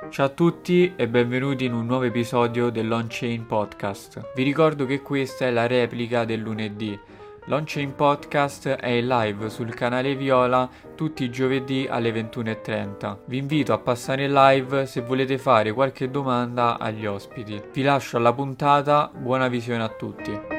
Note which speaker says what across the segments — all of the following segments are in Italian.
Speaker 1: Ciao a tutti e benvenuti in un nuovo episodio dell'On-Chain Podcast. Vi ricordo che questa è la replica del lunedì. L'On-Chain Podcast è in live sul canale Viola tutti i giovedì alle 21:30. Vi invito a passare in live se volete fare qualche domanda agli ospiti. Vi lascio alla puntata, buona visione a tutti.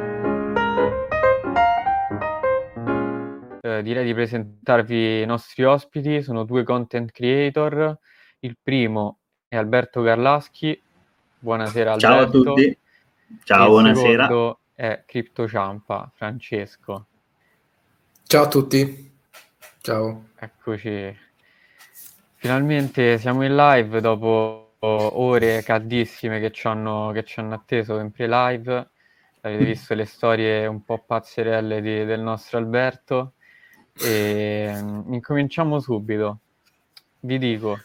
Speaker 1: Direi di presentarvi i nostri ospiti, sono due content creator. Il primo è Alberto Garlaschi, buonasera
Speaker 2: Ciao a
Speaker 1: Alberto.
Speaker 2: tutti, ciao,
Speaker 1: E il
Speaker 2: buonasera.
Speaker 1: secondo è Crypto Ciampa, Francesco.
Speaker 3: Ciao a tutti, ciao.
Speaker 1: Eccoci. Finalmente siamo in live dopo ore caldissime che ci hanno atteso in pre-live. Avete visto le storie un po' pazzerelle del nostro Alberto. E incominciamo subito. Vi dico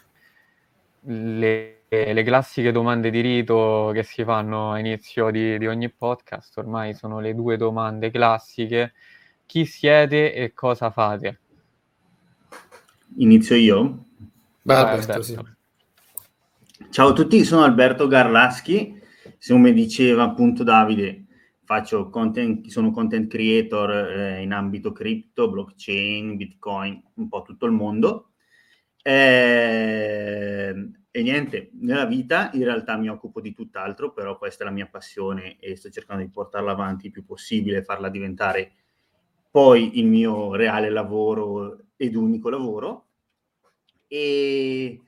Speaker 1: le classiche domande di rito che si fanno a inizio di ogni podcast. Ormai sono le due domande classiche: chi siete e cosa fate?
Speaker 2: Inizio io?
Speaker 3: Vai
Speaker 1: Vai,
Speaker 3: Alberto, sì.
Speaker 2: Ciao a tutti, sono Alberto Garlaschi, come diceva appunto Davide, sono content creator in ambito cripto, blockchain, bitcoin, un po' tutto il mondo. E niente, nella vita in realtà mi occupo di tutt'altro, però questa è la mia passione e sto cercando di portarla avanti il più possibile, farla diventare poi il mio reale lavoro ed unico lavoro. E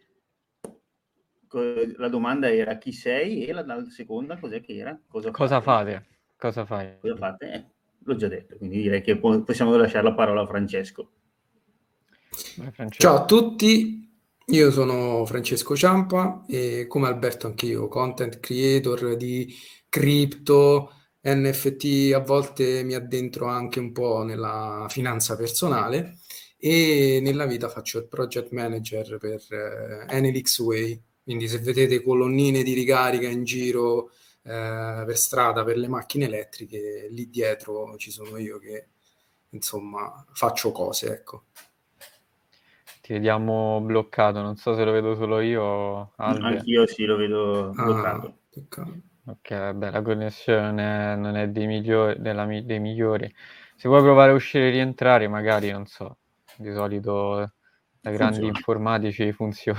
Speaker 2: la domanda era chi sei e la seconda cos'è che era? Cosa
Speaker 1: fate? Cosa fai?
Speaker 2: Cosa fate? L'ho già detto, quindi direi che possiamo lasciare la parola a Francesco.
Speaker 1: Vai, Francesco.
Speaker 3: Ciao a tutti, io sono Francesco Ciampa e come Alberto anch'io, content creator di cripto, NFT, a volte mi addentro anche un po' nella finanza personale e nella vita faccio il project manager per Enelix Way, quindi se vedete colonnine di ricarica in giro per strada per le macchine elettriche, lì dietro ci sono io che insomma faccio cose, ecco.
Speaker 1: Ti vediamo bloccato, non so se lo vedo solo io, Albe.
Speaker 2: Anch'io sì, lo vedo bloccato.
Speaker 3: Peccato.
Speaker 1: Ok, vabbè, la connessione non è dei migliori. Se vuoi provare a uscire e rientrare, magari, non so, di solito da grandi
Speaker 2: Funziona.
Speaker 1: informatici funziona.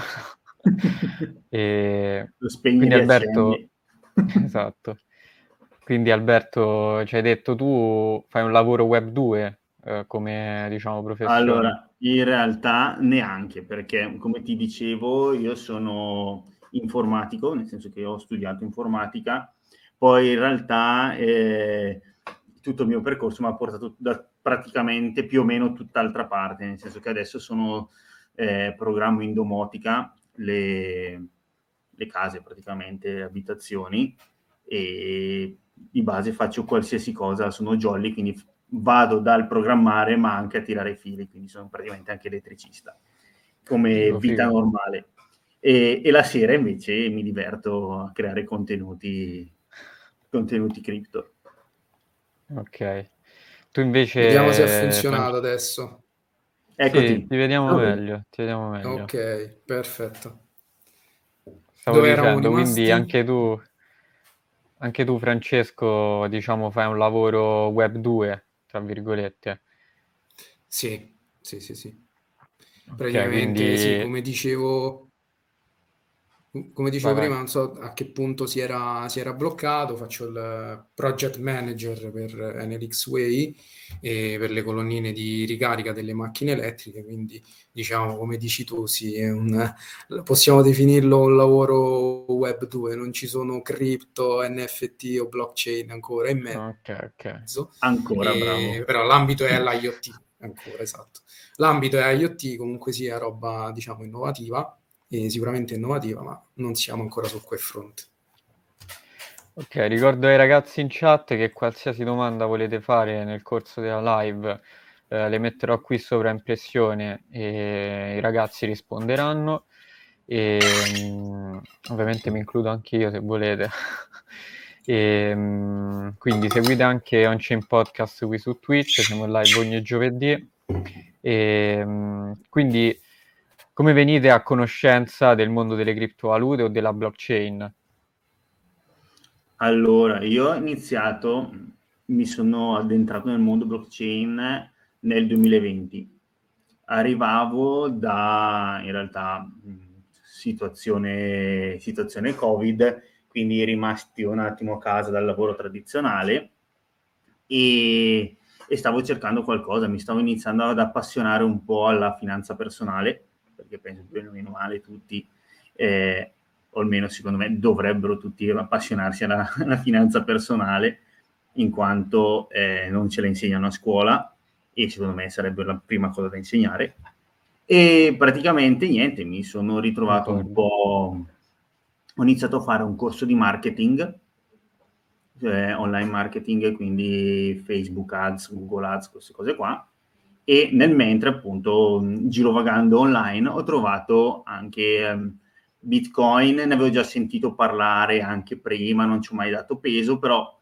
Speaker 2: Lo spegni
Speaker 1: Quindi
Speaker 2: e
Speaker 1: Alberto,
Speaker 2: riaccendi.
Speaker 1: esatto. Quindi Alberto, ci hai detto tu fai un lavoro web 2 come diciamo professione.
Speaker 2: Allora, in realtà neanche, perché come ti dicevo io sono informatico, nel senso che ho studiato informatica, poi in realtà tutto il mio percorso mi ha portato da praticamente più o meno tutt'altra parte, nel senso che adesso programmo in domotica le case, praticamente le abitazioni, e di base faccio qualsiasi cosa, sono jolly, quindi vado dal programmare ma anche a tirare i fili, quindi sono praticamente anche elettricista, come vita normale. E la sera invece mi diverto a creare contenuti cripto.
Speaker 1: Ok. Tu invece...
Speaker 3: Vediamo se ha funzionato adesso.
Speaker 2: Eccoti.
Speaker 1: Sì, ti vediamo
Speaker 2: Okay.
Speaker 1: meglio, ti vediamo meglio.
Speaker 3: Ok, perfetto.
Speaker 1: Stavo
Speaker 3: Dove eravamo
Speaker 1: dicendo, quindi
Speaker 3: rimasti?
Speaker 1: anche tu Francesco, diciamo, fai un lavoro web 2, tra virgolette.
Speaker 3: Sì.
Speaker 1: Ok,
Speaker 3: Praticamente sì,
Speaker 1: quindi...
Speaker 3: come dicevo
Speaker 1: Vai, vai.
Speaker 3: prima, non so a che punto si era bloccato, faccio il project manager per Enelix Way e per le colonnine di ricarica delle macchine elettriche, quindi diciamo, come dici tu, sì, possiamo definirlo un lavoro web 2, non ci sono cripto, NFT o blockchain ancora in mezzo.
Speaker 1: Ok.
Speaker 2: Ancora, bravo.
Speaker 3: Però l'ambito è l'IoT, ancora, esatto. L'ambito è IoT, comunque sia roba, diciamo, innovativa, sicuramente innovativa, ma non siamo ancora su quel fronte.
Speaker 1: Ok, ricordo ai ragazzi in chat che qualsiasi domanda volete fare nel corso della live, le metterò qui sopra impressione e i ragazzi risponderanno. E, ovviamente mi includo anche io se volete. Quindi seguite anche On-Chain Podcast qui su Twitch, siamo live ogni giovedì. Quindi come venite a conoscenza del mondo delle criptovalute o della blockchain?
Speaker 2: Allora, io ho iniziato, mi sono addentrato nel mondo blockchain nel 2020. Arrivavo da, in realtà, situazione Covid, quindi rimasti un attimo a casa dal lavoro tradizionale e stavo cercando qualcosa, mi stavo iniziando ad appassionare un po' alla finanza personale, perché penso più o meno male tutti, o almeno secondo me dovrebbero tutti appassionarsi alla finanza personale, in quanto non ce la insegnano a scuola e secondo me sarebbe la prima cosa da insegnare. E praticamente niente, mi sono ritrovato un po', ho iniziato a fare un corso di marketing, online marketing, quindi Facebook Ads, Google Ads, queste cose qua, e nel mentre appunto girovagando online ho trovato anche Bitcoin, ne avevo già sentito parlare anche prima, non ci ho mai dato peso, però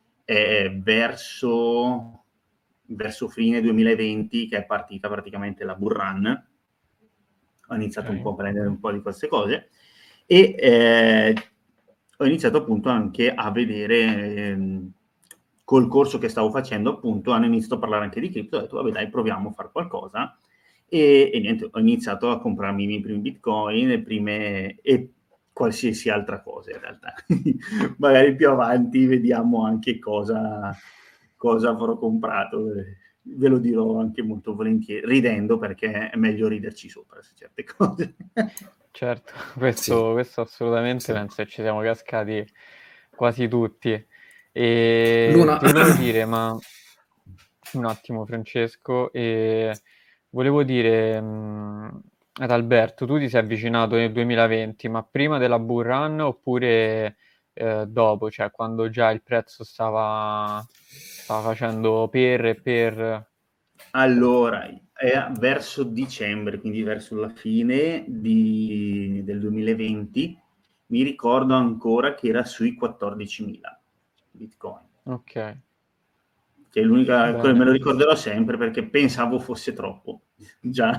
Speaker 2: verso fine 2020 che è partita praticamente la bull run, ho iniziato un po' a prendere un po' di queste cose e ho iniziato appunto anche a vedere, col corso che stavo facendo appunto, hanno iniziato a parlare anche di cripto, ho detto vabbè dai proviamo a fare qualcosa e niente, ho iniziato a comprarmi i miei primi bitcoin e qualsiasi altra cosa in realtà. Magari più avanti vediamo anche cosa avrò comprato, ve lo dirò anche molto volentieri, ridendo perché è meglio riderci sopra su certe cose.
Speaker 1: Certo, questo assolutamente penso che ci siamo cascati quasi tutti. E
Speaker 3: Luna.
Speaker 1: ti volevo dire, ma un attimo Francesco, volevo dire ad Alberto, tu ti sei avvicinato nel 2020, ma prima della bull run oppure dopo, cioè quando già il prezzo stava facendo per...
Speaker 2: Allora, è verso dicembre, quindi verso la fine del 2020, mi ricordo ancora che era sui 14.000 Bitcoin.
Speaker 1: Ok.
Speaker 2: Che è l'unica,
Speaker 1: Bene.
Speaker 2: me lo ricorderò sempre perché pensavo fosse troppo. Già.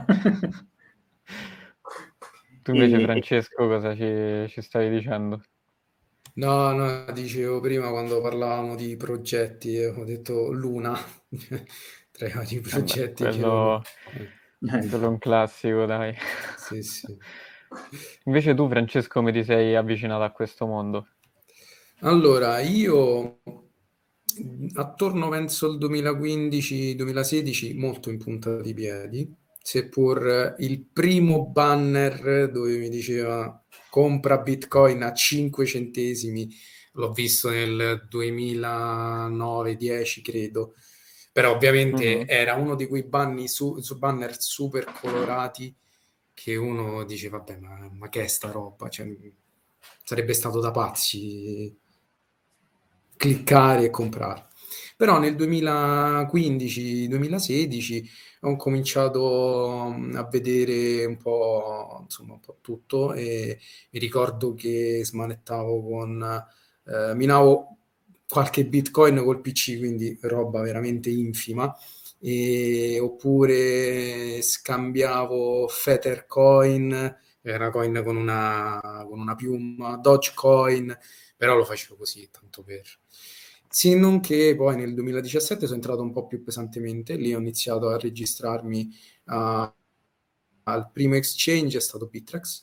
Speaker 1: Tu invece, Francesco, cosa ci stavi dicendo?
Speaker 3: No, dicevo prima quando parlavamo di progetti, ho detto Luna, tra i vari progetti
Speaker 1: quello è un classico, dai.
Speaker 3: Sì.
Speaker 1: Invece tu, Francesco, come ti sei avvicinato a questo mondo?
Speaker 3: Allora, io attorno penso al 2015-2016 molto in punta di piedi, seppur il primo banner dove mi diceva compra Bitcoin a 5 centesimi l'ho visto nel 2009-10 credo, però ovviamente era uno di quei banner super colorati che uno dice vabbè ma che è sta roba, cioè, sarebbe stato da pazzi cliccare e comprare. Però nel 2015-2016 ho cominciato a vedere un po', insomma, un po' tutto e mi ricordo che smanettavo minavo qualche bitcoin col PC, quindi roba veramente infima, oppure scambiavo Tethercoin, era coin con una piuma, Dogecoin, però lo facevo così, tanto per... Sì, non che poi nel 2017 sono entrato un po' più pesantemente, lì ho iniziato a registrarmi al primo exchange, è stato Bittrex,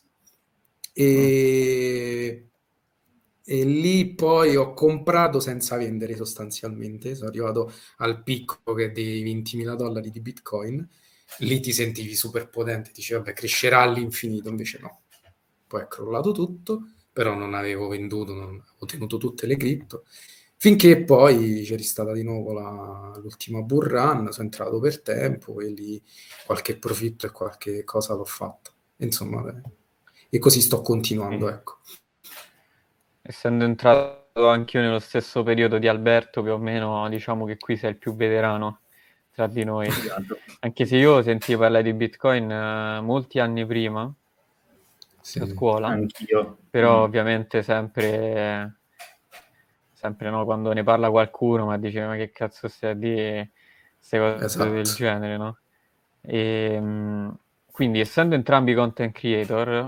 Speaker 3: e lì poi ho comprato senza vendere sostanzialmente, sono arrivato al picco che è dei $20.000 di Bitcoin, lì ti sentivi super potente, dicevi vabbè crescerà all'infinito, invece no, poi è crollato tutto, però non avevo venduto, non avevo tenuto tutte le cripto, finché poi c'è stata di nuovo l'ultima bull run, sono entrato per tempo e lì qualche profitto e qualche cosa l'ho fatta, insomma, e così sto continuando, ecco.
Speaker 1: Essendo entrato anch'io nello stesso periodo di Alberto, più o meno, diciamo che qui sei il più veterano tra di noi.
Speaker 2: Esatto.
Speaker 1: Anche se io sentivo parlare di Bitcoin molti anni prima, a scuola,
Speaker 2: anch'io.
Speaker 1: però ovviamente sempre no, quando ne parla qualcuno, ma dice ma che cazzo stai a dire queste cose del genere, no? quindi essendo entrambi content creator,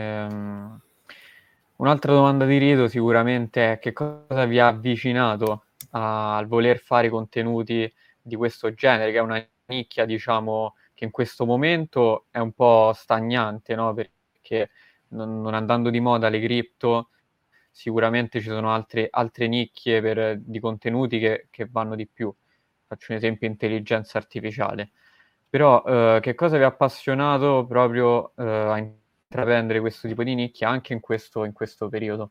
Speaker 1: un'altra domanda di rito sicuramente è: che cosa vi ha avvicinato al voler fare contenuti di questo genere, che è una nicchia, diciamo, che in questo momento è un po' stagnante, no? Perché non andando di moda le cripto, sicuramente ci sono altre nicchie di contenuti che vanno di più. Faccio un esempio: intelligenza artificiale. Però che cosa vi ha appassionato proprio a intraprendere questo tipo di nicchia anche in questo periodo?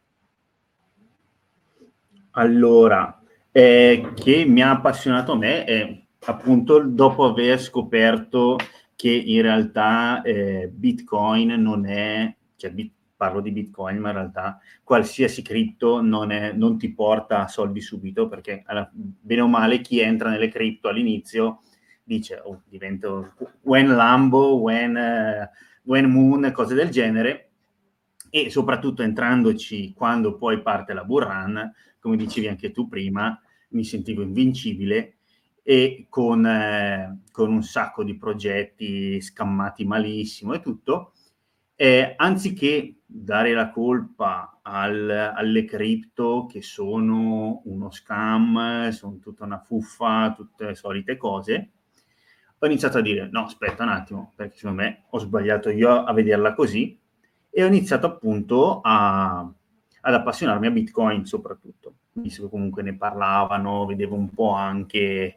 Speaker 2: Allora, che mi ha appassionato a me è appunto dopo aver scoperto che in realtà Bitcoin non è, cioè parlo di Bitcoin, ma in realtà qualsiasi cripto non ti porta soldi subito, perché bene o male chi entra nelle cripto all'inizio dice divento when Lambo, when Moon, cose del genere, e soprattutto entrandoci quando poi parte la bull run, come dicevi anche tu prima, mi sentivo invincibile e con un sacco di progetti scammati malissimo e tutto, anziché dare la colpa alle cripto che sono uno scam, sono tutta una fuffa, tutte le solite cose, ho iniziato a dire no, aspetta un attimo, perché secondo me ho sbagliato io a vederla così, e ho iniziato appunto ad appassionarmi a Bitcoin soprattutto, visto che comunque ne parlavano, vedevo un po' anche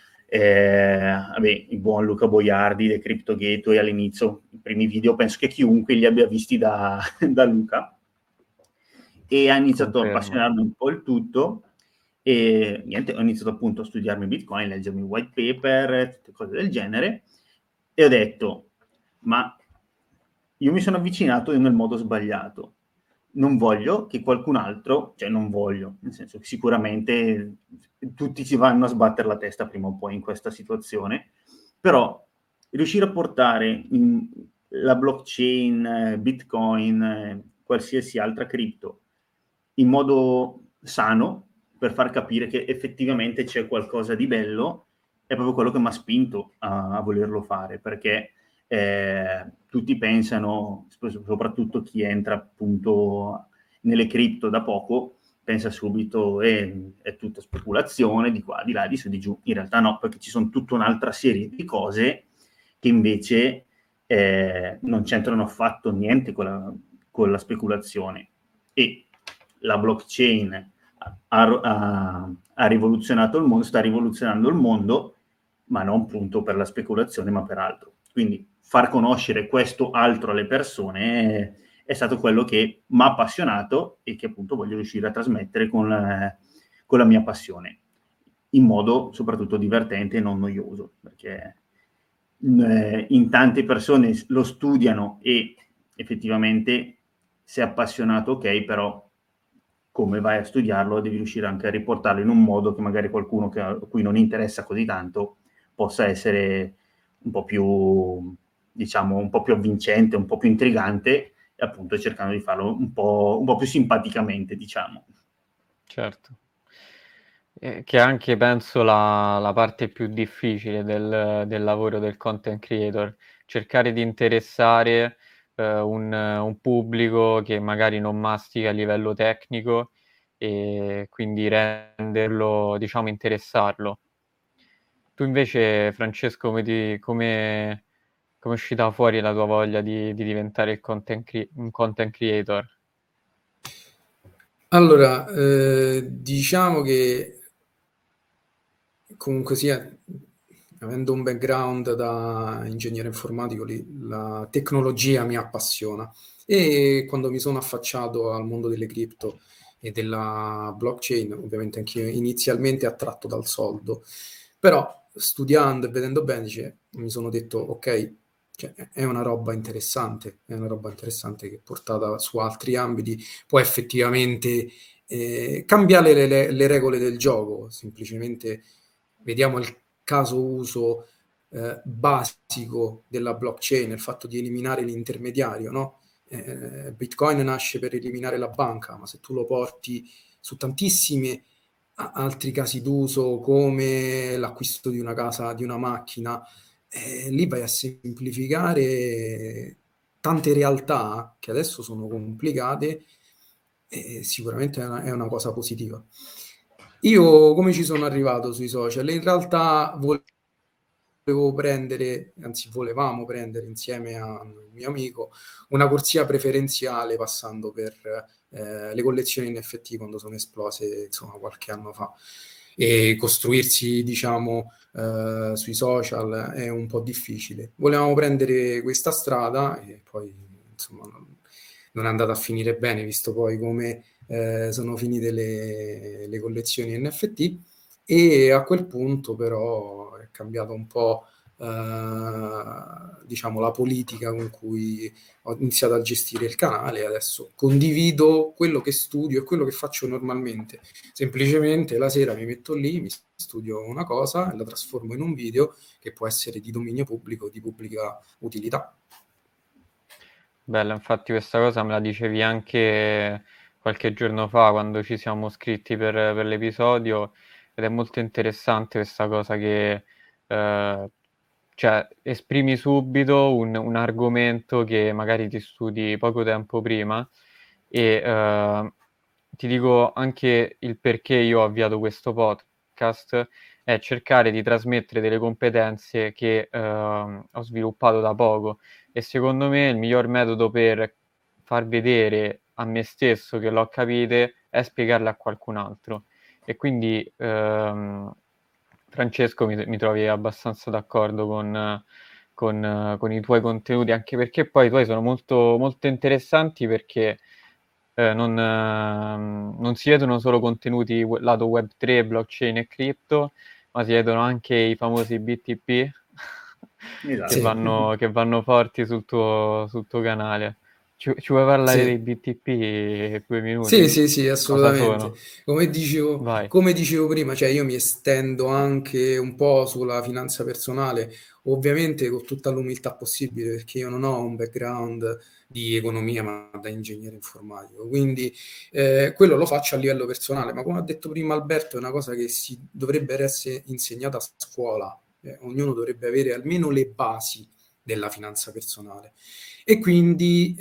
Speaker 2: il buon Luca Boiardi del Crypto Gateway all'inizio, i primi video, penso che chiunque li abbia visti da Luca, e ha iniziato a appassionarmi un po' il tutto, e niente, ho iniziato appunto a studiarmi Bitcoin, leggermi white paper, tutte cose del genere, e ho detto, ma io mi sono avvicinato nel modo sbagliato, non voglio che qualcun altro, cioè non voglio, nel senso che sicuramente tutti ci vanno a sbattere la testa prima o poi in questa situazione, però riuscire a portare la blockchain, Bitcoin, qualsiasi altra cripto in modo sano, per far capire che effettivamente c'è qualcosa di bello, è proprio quello che mi ha spinto a volerlo fare, perché tutti pensano, soprattutto chi entra appunto nelle cripto da poco, pensa subito è tutta speculazione di qua, di là, di su, di giù. In realtà no, perché ci sono tutta un'altra serie di cose che invece non c'entrano affatto niente con la speculazione. E la blockchain ha rivoluzionato il mondo, sta rivoluzionando il mondo, ma non appunto per la speculazione, ma per altro. Quindi far conoscere questo altro alle persone è stato quello che mi ha appassionato e che appunto voglio riuscire a trasmettere con la mia passione, in modo soprattutto divertente e non noioso, perché in tante persone lo studiano e effettivamente sei appassionato, ok, però come vai a studiarlo devi riuscire anche a riportarlo in un modo che magari qualcuno a cui non interessa così tanto possa essere un po' più, diciamo, un po' più avvincente, un po' più intrigante, e appunto cercando di farlo un po' più simpaticamente, diciamo.
Speaker 1: Certo. Che è anche, penso, la parte più difficile del lavoro del content creator: cercare di interessare un pubblico che magari non mastica a livello tecnico, e quindi renderlo, diciamo, interessarlo. Tu invece, Francesco, come è uscita fuori la tua voglia di diventare un content creator?
Speaker 3: Allora, diciamo che comunque sia, avendo un background da ingegnere informatico, la tecnologia mi appassiona, e quando mi sono affacciato al mondo delle cripto e della blockchain, ovviamente anche inizialmente attratto dal soldo, però studiando e vedendo bene, mi sono detto ok, cioè, è una roba interessante che portata su altri ambiti può effettivamente cambiare le regole del gioco. Semplicemente vediamo il caso uso basico della blockchain, il fatto di eliminare l'intermediario, no? Bitcoin nasce per eliminare la banca, ma se tu lo porti su tantissimi altri casi d'uso, come l'acquisto di una casa, di una macchina, lì vai a semplificare tante realtà che adesso sono complicate, e sicuramente è una cosa positiva. Io come ci sono arrivato sui social? In realtà volevo prendere, anzi volevamo prendere insieme a un mio amico una corsia preferenziale passando per le collezioni NFT quando sono esplose, insomma, qualche anno fa. E costruirsi, diciamo, sui social è un po' difficile. Volevamo prendere questa strada e poi, insomma, non è andata a finire bene, visto poi come sono finite le collezioni NFT. E a quel punto però è cambiato un po' diciamo la politica con cui ho iniziato a gestire il canale. Adesso condivido quello che studio e quello che faccio normalmente. Semplicemente la sera mi metto lì, mi studio una cosa e la trasformo in un video che può essere di dominio pubblico o di pubblica utilità.
Speaker 1: Bella, infatti questa cosa me la dicevi anche qualche giorno fa quando ci siamo scritti per l'episodio, ed è molto interessante questa cosa che cioè, esprimi subito un argomento che magari ti studi poco tempo prima, e ti dico anche il perché io ho avviato questo podcast, è cercare di trasmettere delle competenze che ho sviluppato da poco, e secondo me il miglior metodo per far vedere a me stesso che l'ho capite è spiegarle a qualcun altro. E quindi Francesco, mi trovi abbastanza d'accordo con i tuoi contenuti, anche perché poi i tuoi sono molto, molto interessanti, perché non si vedono solo contenuti lato Web3, blockchain e cripto, ma si vedono anche i famosi BTP
Speaker 2: Esatto.
Speaker 1: che vanno forti sul tuo canale. Ci vuoi parlare dei
Speaker 3: Sì.
Speaker 1: BTP 2 minuti?
Speaker 3: Sì, sì, sì,
Speaker 1: Cosa
Speaker 3: assolutamente.
Speaker 1: sono? Vai.
Speaker 3: Come dicevo prima, cioè io mi estendo anche un po' sulla finanza personale, ovviamente con tutta l'umiltà possibile, perché io non ho un background di economia, ma da ingegnere informatico, quindi quello lo faccio a livello personale, ma come ha detto prima Alberto, è una cosa che si dovrebbe essere insegnata a scuola, ognuno dovrebbe avere almeno le basi della finanza personale. E quindi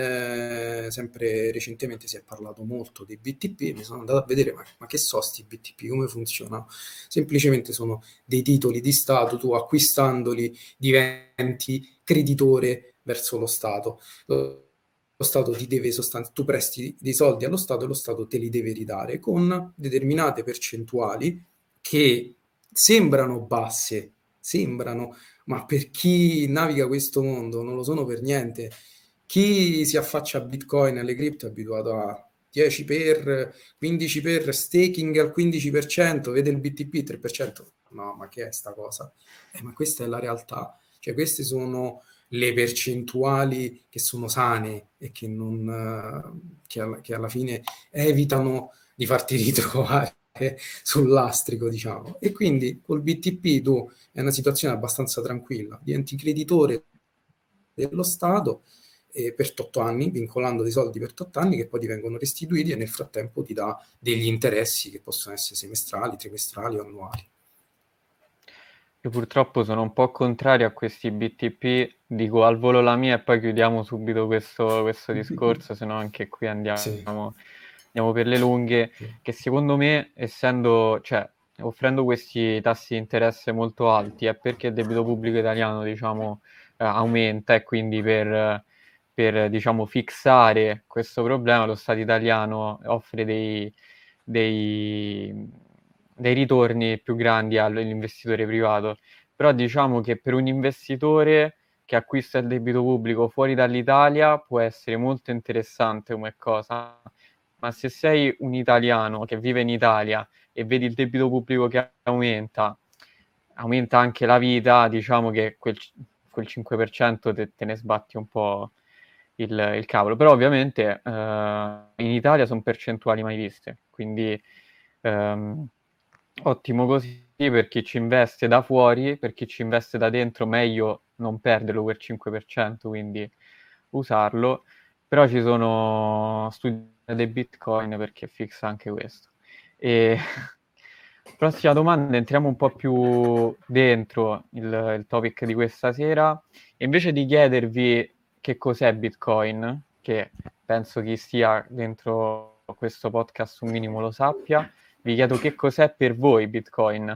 Speaker 3: sempre recentemente si è parlato molto dei BTP, mi sono andato a vedere ma che so sti BTP, come funzionano? Semplicemente sono dei titoli di Stato, tu acquistandoli diventi creditore verso lo Stato. Lo Stato ti deve sostanzialmente, tu presti dei soldi allo Stato e lo Stato te li deve ridare con determinate percentuali che sembrano basse, sembrano, ma per chi naviga questo mondo non lo sono per niente. Chi si affaccia a Bitcoin e alle cripto è abituato a 10 per, 15 per, staking al 15%, vede il BTP 3%. No, ma che è sta cosa? Ma questa è la realtà. Cioè, queste sono le percentuali che sono sane e che, non, che alla fine evitano di farti ritrovare sul lastrico, diciamo. E quindi col BTP tu è una situazione abbastanza tranquilla, diventi creditore dello Stato per 8 anni, vincolando dei soldi per 8 anni che poi ti vengono restituiti e nel frattempo ti dà degli interessi che possono essere semestrali, trimestrali o annuali.
Speaker 1: Io purtroppo sono un po' contrario a questi BTP, dico al volo la mia e poi chiudiamo subito questo discorso, se no anche qui
Speaker 3: Sì.
Speaker 1: andiamo per le lunghe, che secondo me, cioè, offrendo questi tassi di interesse molto alti, è perché il debito pubblico italiano, diciamo, aumenta, e quindi per, diciamo, fissare questo problema lo Stato italiano offre dei, dei ritorni più grandi all'investitore privato. Però diciamo che per un investitore che acquista il debito pubblico fuori dall'Italia può essere molto interessante come cosa, ma se sei un italiano che vive in Italia e vedi il debito pubblico che aumenta anche la vita, diciamo che quel 5% te ne sbatti un po' il cavolo. Però ovviamente in Italia sono percentuali mai viste, quindi ehm, ottimo così per chi ci investe da fuori. Per chi ci investe da dentro meglio non perderlo quel 5%, quindi usarlo. Però ci sono studi dei Bitcoin perché fixa anche questo. E Prossima domanda, entriamo un po' più dentro il topic di questa sera. E invece di chiedervi che cos'è Bitcoin, che penso chi stia dentro questo podcast un minimo lo sappia, vi chiedo che cos'è per voi Bitcoin.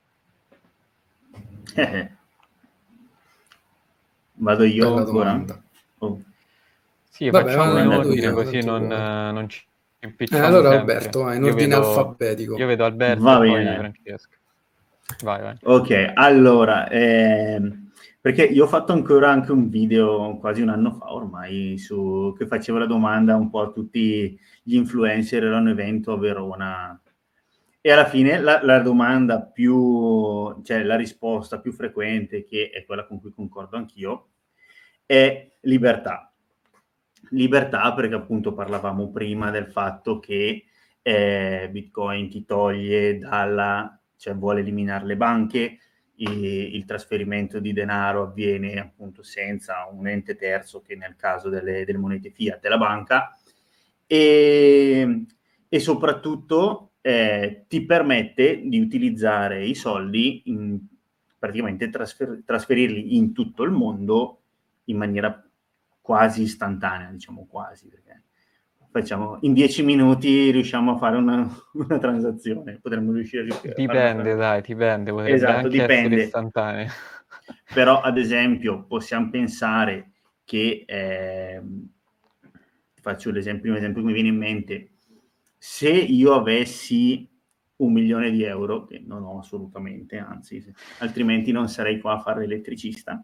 Speaker 2: Vado io
Speaker 3: Bella
Speaker 2: ancora?
Speaker 3: domanda.
Speaker 2: Oh.
Speaker 1: Sì,
Speaker 3: Vabbè,
Speaker 1: facciamo in
Speaker 3: vado
Speaker 1: ordine
Speaker 3: io,
Speaker 1: così
Speaker 3: tanto...
Speaker 1: non ci impicciamo
Speaker 3: allora
Speaker 1: sempre.
Speaker 3: Alberto, vai, in
Speaker 1: Io
Speaker 3: ordine
Speaker 1: vedo
Speaker 3: alfabetico.
Speaker 1: Alberto
Speaker 2: Va
Speaker 1: e poi
Speaker 2: bene.
Speaker 1: Francesco. Vai.
Speaker 2: Ok, allora, perché io ho fatto ancora anche un video quasi un anno fa ormai che facevo la domanda un po' a tutti gli influencer, era un evento a Verona e alla fine la domanda più, cioè la risposta più frequente, che è quella con cui concordo anch'io, è libertà. Libertà perché appunto parlavamo prima del fatto che Bitcoin ti toglie cioè vuole eliminare le banche, il trasferimento di denaro avviene appunto senza un ente terzo, che nel caso delle monete fiat è la banca, e soprattutto ti permette di utilizzare i soldi, praticamente trasferirli in tutto il mondo in maniera quasi istantanea, diciamo quasi, perché facciamo in 10 minuti riusciamo a fare una transazione, potremmo riuscire a fare una
Speaker 1: Dipende,
Speaker 2: transazione.
Speaker 1: potrebbe
Speaker 2: Esatto,
Speaker 1: anche essere
Speaker 2: dipende.
Speaker 1: istantaneo.
Speaker 2: Però ad esempio possiamo pensare che faccio un esempio che mi viene in mente: se io avessi 1 milione di euro, che non ho assolutamente, anzi, altrimenti non sarei qua a fare l'elettricista,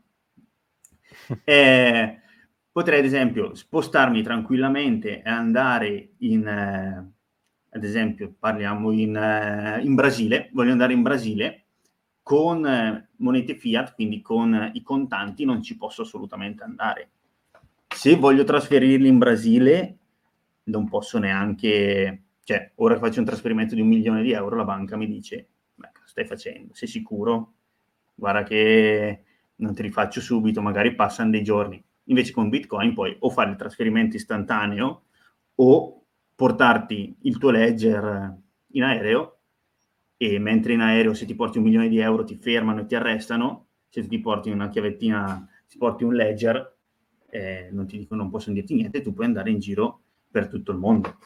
Speaker 2: potrei ad esempio spostarmi tranquillamente e andare ad esempio parliamo in Brasile, voglio andare in Brasile con monete fiat, quindi con i contanti non ci posso assolutamente andare. Se voglio trasferirli in Brasile non posso neanche, cioè ora che faccio un trasferimento di 1 milione di euro la banca mi dice: beh, cosa stai facendo? Sei sicuro? Guarda che non te li faccio subito, magari passano dei giorni. Invece con Bitcoin puoi o fare il trasferimento istantaneo o portarti il tuo ledger in aereo, e mentre in aereo se ti porti 1 milione di euro ti fermano e ti arrestano, se ti porti una chiavettina, ti porti un ledger, non ti dicono, non possono dirti niente, tu puoi andare in giro per tutto il mondo.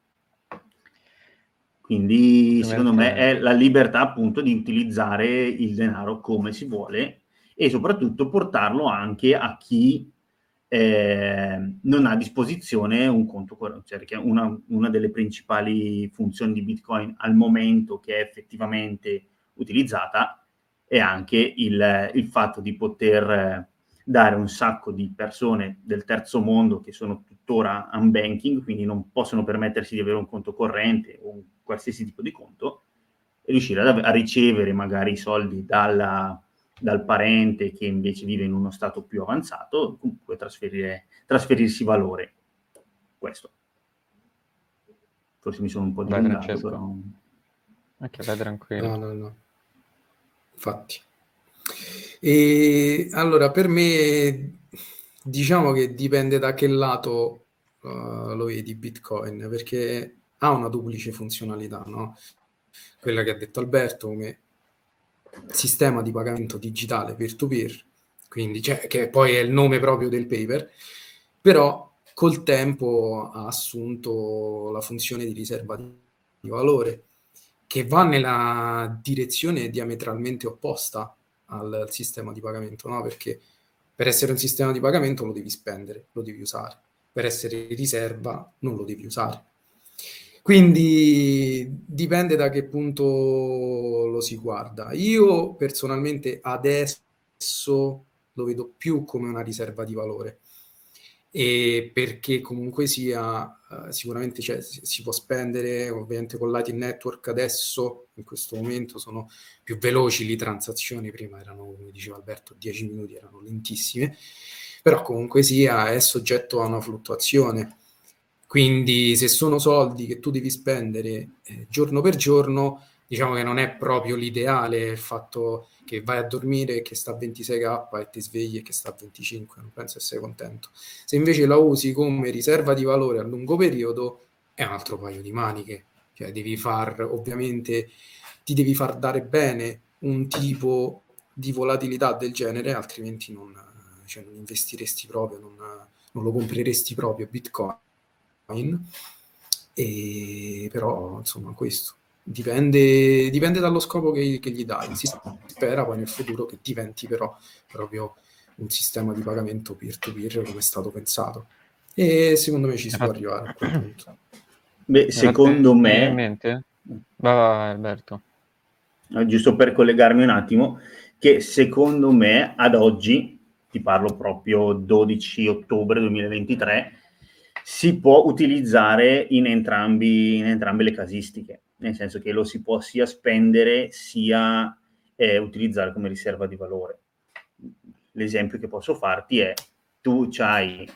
Speaker 2: Quindi secondo me è la libertà appunto di utilizzare il denaro come si vuole e soprattutto portarlo anche a chi non ha a disposizione un conto corrente, cioè che una delle principali funzioni di Bitcoin al momento che è effettivamente utilizzata è anche il fatto di poter dare un sacco di persone del terzo mondo che sono tuttora unbanking, quindi non possono permettersi di avere un conto corrente o un qualsiasi tipo di conto, e riuscire a ricevere magari i soldi dal parente che invece vive in uno stato più avanzato, comunque trasferirsi valore. Questo. Forse mi sono un po' dilungato, però...
Speaker 1: Ok, vai tranquillo.
Speaker 3: No. Infatti. E allora, per me, diciamo che dipende da che lato lo vedi Bitcoin, perché ha una duplice funzionalità, no? Quella che ha detto Alberto come sistema di pagamento digitale peer-to-peer, quindi che poi è il nome proprio del paper, però col tempo ha assunto la funzione di riserva di valore, che va nella direzione diametralmente opposta al sistema di pagamento, no? Perché per essere un sistema di pagamento lo devi spendere, lo devi usare, per essere in riserva non lo devi usare. Quindi dipende da che punto lo si guarda. Io personalmente adesso lo vedo più come una riserva di valore, e perché comunque sia sicuramente si può spendere, ovviamente con Lightning Network adesso in questo momento sono più veloci le transazioni, prima erano, come diceva Alberto, 10 minuti, erano lentissime, però comunque sia è soggetto a una fluttuazione. Quindi se sono soldi che tu devi spendere giorno per giorno, diciamo che non è proprio l'ideale il fatto che vai a dormire e che sta a 26k e ti svegli e che sta a 25, non penso che sei contento. Se invece la usi come riserva di valore a lungo periodo è un altro paio di maniche, cioè devi far, ovviamente ti devi far dare bene un tipo di volatilità del genere, altrimenti non investiresti proprio, non lo compreresti proprio Bitcoin. E però insomma questo dipende dallo scopo che gli dai. Si spera poi nel futuro che diventi però proprio un sistema di pagamento peer-to-peer come è stato pensato, e secondo me ci si può arrivare a quel punto.
Speaker 2: Beh, secondo me,
Speaker 1: vai Alberto.
Speaker 2: giusto per collegarmi un attimo, che secondo me ad oggi, ti parlo proprio 12 ottobre 2023, si può utilizzare in entrambe le casistiche, nel senso che lo si può sia spendere sia utilizzare come riserva di valore. L'esempio che posso farti è: tu c'hai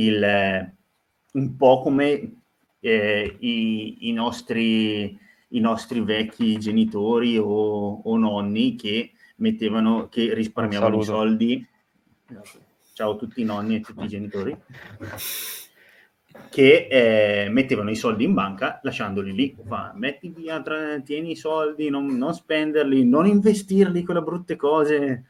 Speaker 2: un po' come i nostri vecchi genitori o nonni che risparmiavano i soldi. Ciao a tutti i nonni e tutti i genitori che mettevano i soldi in banca lasciandoli lì. Metti via, tieni i soldi, non spenderli, non investirli con le brutte cose.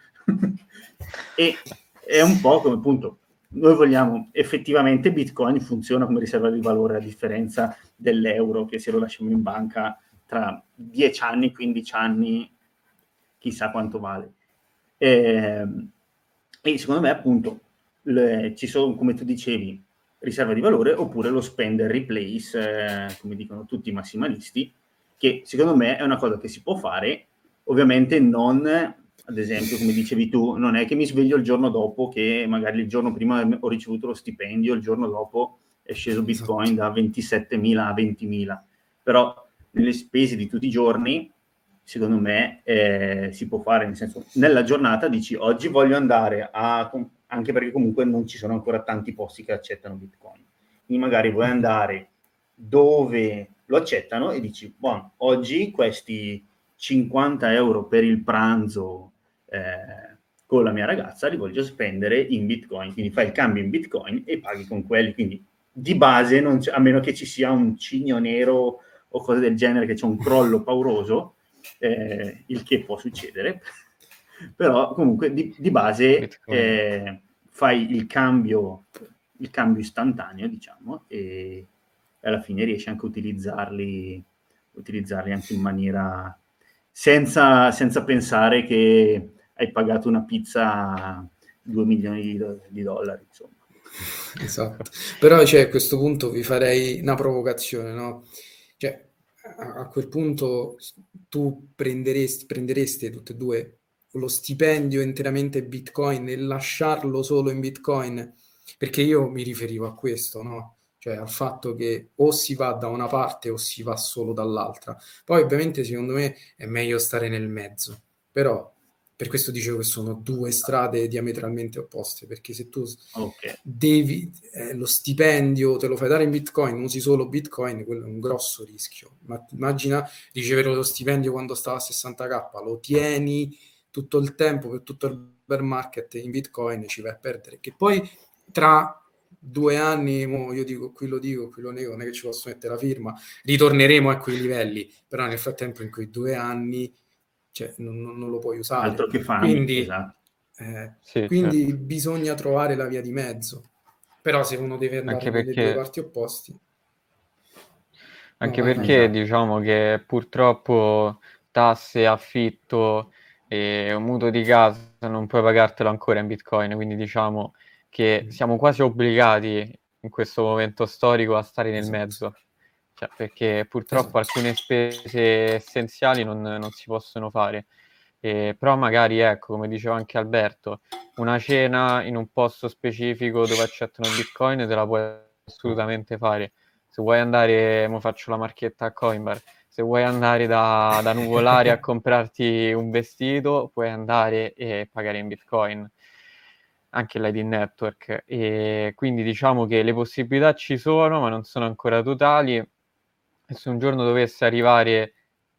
Speaker 2: E è un po' come appunto noi vogliamo effettivamente Bitcoin funziona come riserva di valore, a differenza dell'euro che se lo lasciamo in banca tra 10 anni, 15 anni chissà quanto vale. E secondo me appunto ci sono, come tu dicevi, riserva di valore oppure lo spend and replace, come dicono tutti i massimalisti, che secondo me è una cosa che si può fare, ovviamente non, ad esempio, come dicevi tu, non è che mi sveglio il giorno dopo che magari il giorno prima ho ricevuto lo stipendio, il giorno dopo è sceso Bitcoin da 27.000 a 20.000, però nelle spese di tutti i giorni secondo me si può fare, nel senso, nella giornata dici oggi voglio andare anche perché comunque non ci sono ancora tanti posti che accettano Bitcoin, quindi magari vuoi andare dove lo accettano e dici buono, oggi questi 50 euro per il pranzo con la mia ragazza li voglio spendere in Bitcoin, quindi fai il cambio in Bitcoin e paghi con quelli, quindi di base a meno che ci sia un cigno nero o cose del genere, che c'è un crollo pauroso, il che può succedere, però comunque di base fai il cambio istantaneo, diciamo, e alla fine riesci anche a utilizzarli anche in maniera senza pensare che hai pagato una pizza 2 milioni di dollari, insomma.
Speaker 3: Esatto, però a questo punto vi farei una provocazione, no? Cioè, a quel punto tu prendereste tutte e due lo stipendio interamente Bitcoin e lasciarlo solo in Bitcoin, perché io mi riferivo a questo, no? Cioè al fatto che o si va da una parte o si va solo dall'altra. Poi ovviamente secondo me è meglio stare nel mezzo, però per questo dicevo che sono due strade diametralmente opposte, perché se tu devi lo stipendio te lo fai dare in Bitcoin, usi solo Bitcoin, quello è un grosso rischio. Ma immagina ricevere lo stipendio quando stava a 60k, lo tieni tutto il tempo per tutto il bear market in Bitcoin, ci vai a perdere, che poi tra 2 anni, io dico, qui lo nego, non è che ci posso mettere la firma, ritorneremo a quei livelli, però nel frattempo in quei 2 anni non lo puoi usare.
Speaker 2: Altro che fame,
Speaker 3: quindi,
Speaker 2: esatto.
Speaker 3: Quindi
Speaker 1: certo.
Speaker 3: bisogna trovare la via di mezzo. Però se uno deve andare nelle due parti opposti...
Speaker 1: Anche perché diciamo che purtroppo tasse, affitto e un mutuo di casa non puoi pagartelo ancora in Bitcoin, quindi diciamo che siamo quasi obbligati in questo momento storico a stare nel mezzo. Cioè, perché purtroppo alcune spese essenziali non si possono fare. Però magari, ecco, come diceva anche Alberto, una cena in un posto specifico dove accettano il Bitcoin te la puoi assolutamente fare. Se vuoi andare, mo faccio la marchetta a Coinbar, se vuoi andare da Nuvolari a comprarti un vestito, puoi andare e pagare in Bitcoin, anche l'ID Network. E quindi diciamo che le possibilità ci sono, ma non sono ancora totali. E se un giorno dovesse arrivare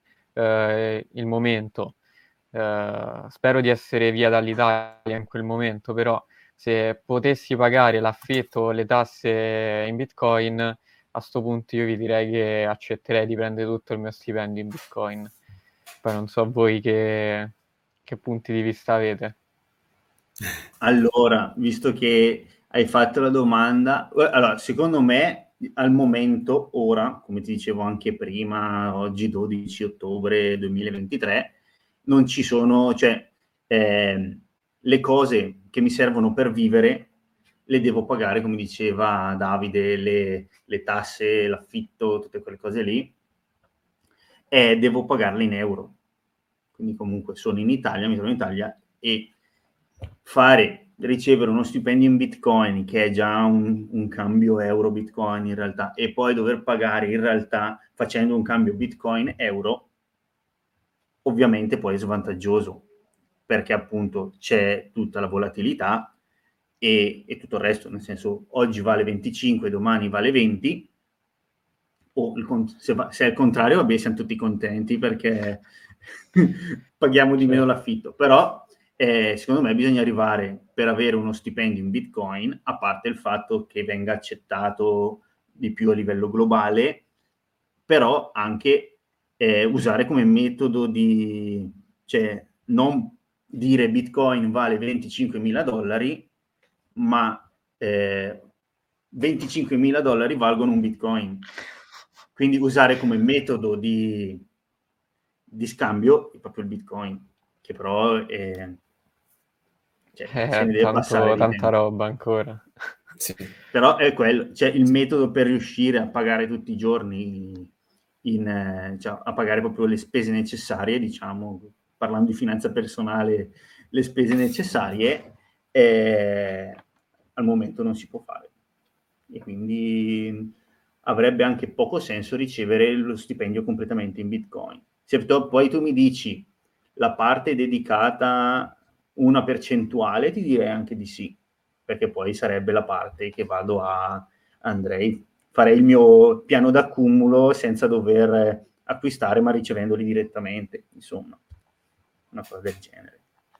Speaker 1: il momento, spero di essere via dall'Italia in quel momento, però se potessi pagare l'affitto o le tasse in Bitcoin, a sto punto io vi direi che accetterei di prendere tutto il mio stipendio in Bitcoin. Poi non so voi che punti di vista avete.
Speaker 2: Allora, visto che hai fatto la domanda, allora, secondo me al momento, ora, come ti dicevo anche prima, oggi 12 ottobre 2023, non ci sono, cioè, le cose che mi servono per vivere le devo pagare, come diceva Davide, le tasse, l'affitto, tutte quelle cose lì, e devo pagarle in euro. Quindi comunque sono in Italia, mi trovo in Italia, e ricevere uno stipendio in Bitcoin, che è già un cambio euro-Bitcoin in realtà, e poi dover pagare in realtà facendo un cambio Bitcoin-euro, ovviamente poi è svantaggioso, perché appunto c'è tutta la volatilità e tutto il resto, nel senso oggi vale 25, domani vale 20, o se è il contrario, vabbè, siamo tutti contenti perché paghiamo di meno l'affitto, però secondo me bisogna arrivare per avere uno stipendio in Bitcoin, a parte il fatto che venga accettato di più a livello globale, però anche usare come metodo di, cioè non dire Bitcoin vale $25.000, ma $25.000 valgono un Bitcoin. Quindi usare come metodo di scambio proprio il Bitcoin, che però se ne deve passare di
Speaker 1: Tanta
Speaker 2: tempo.
Speaker 1: roba ancora.
Speaker 3: Sì.
Speaker 2: Però è quello, cioè il metodo per riuscire a pagare tutti i giorni, cioè, a pagare proprio le spese necessarie, diciamo, parlando di finanza personale, le spese necessarie, al momento non si può fare. E quindi avrebbe anche poco senso ricevere lo stipendio completamente in Bitcoin. Se poi tu mi dici la parte dedicata una percentuale, ti direi anche di sì, perché poi sarebbe la parte che farei il mio piano d'accumulo senza dover acquistare, ma ricevendoli direttamente, insomma, una cosa del genere.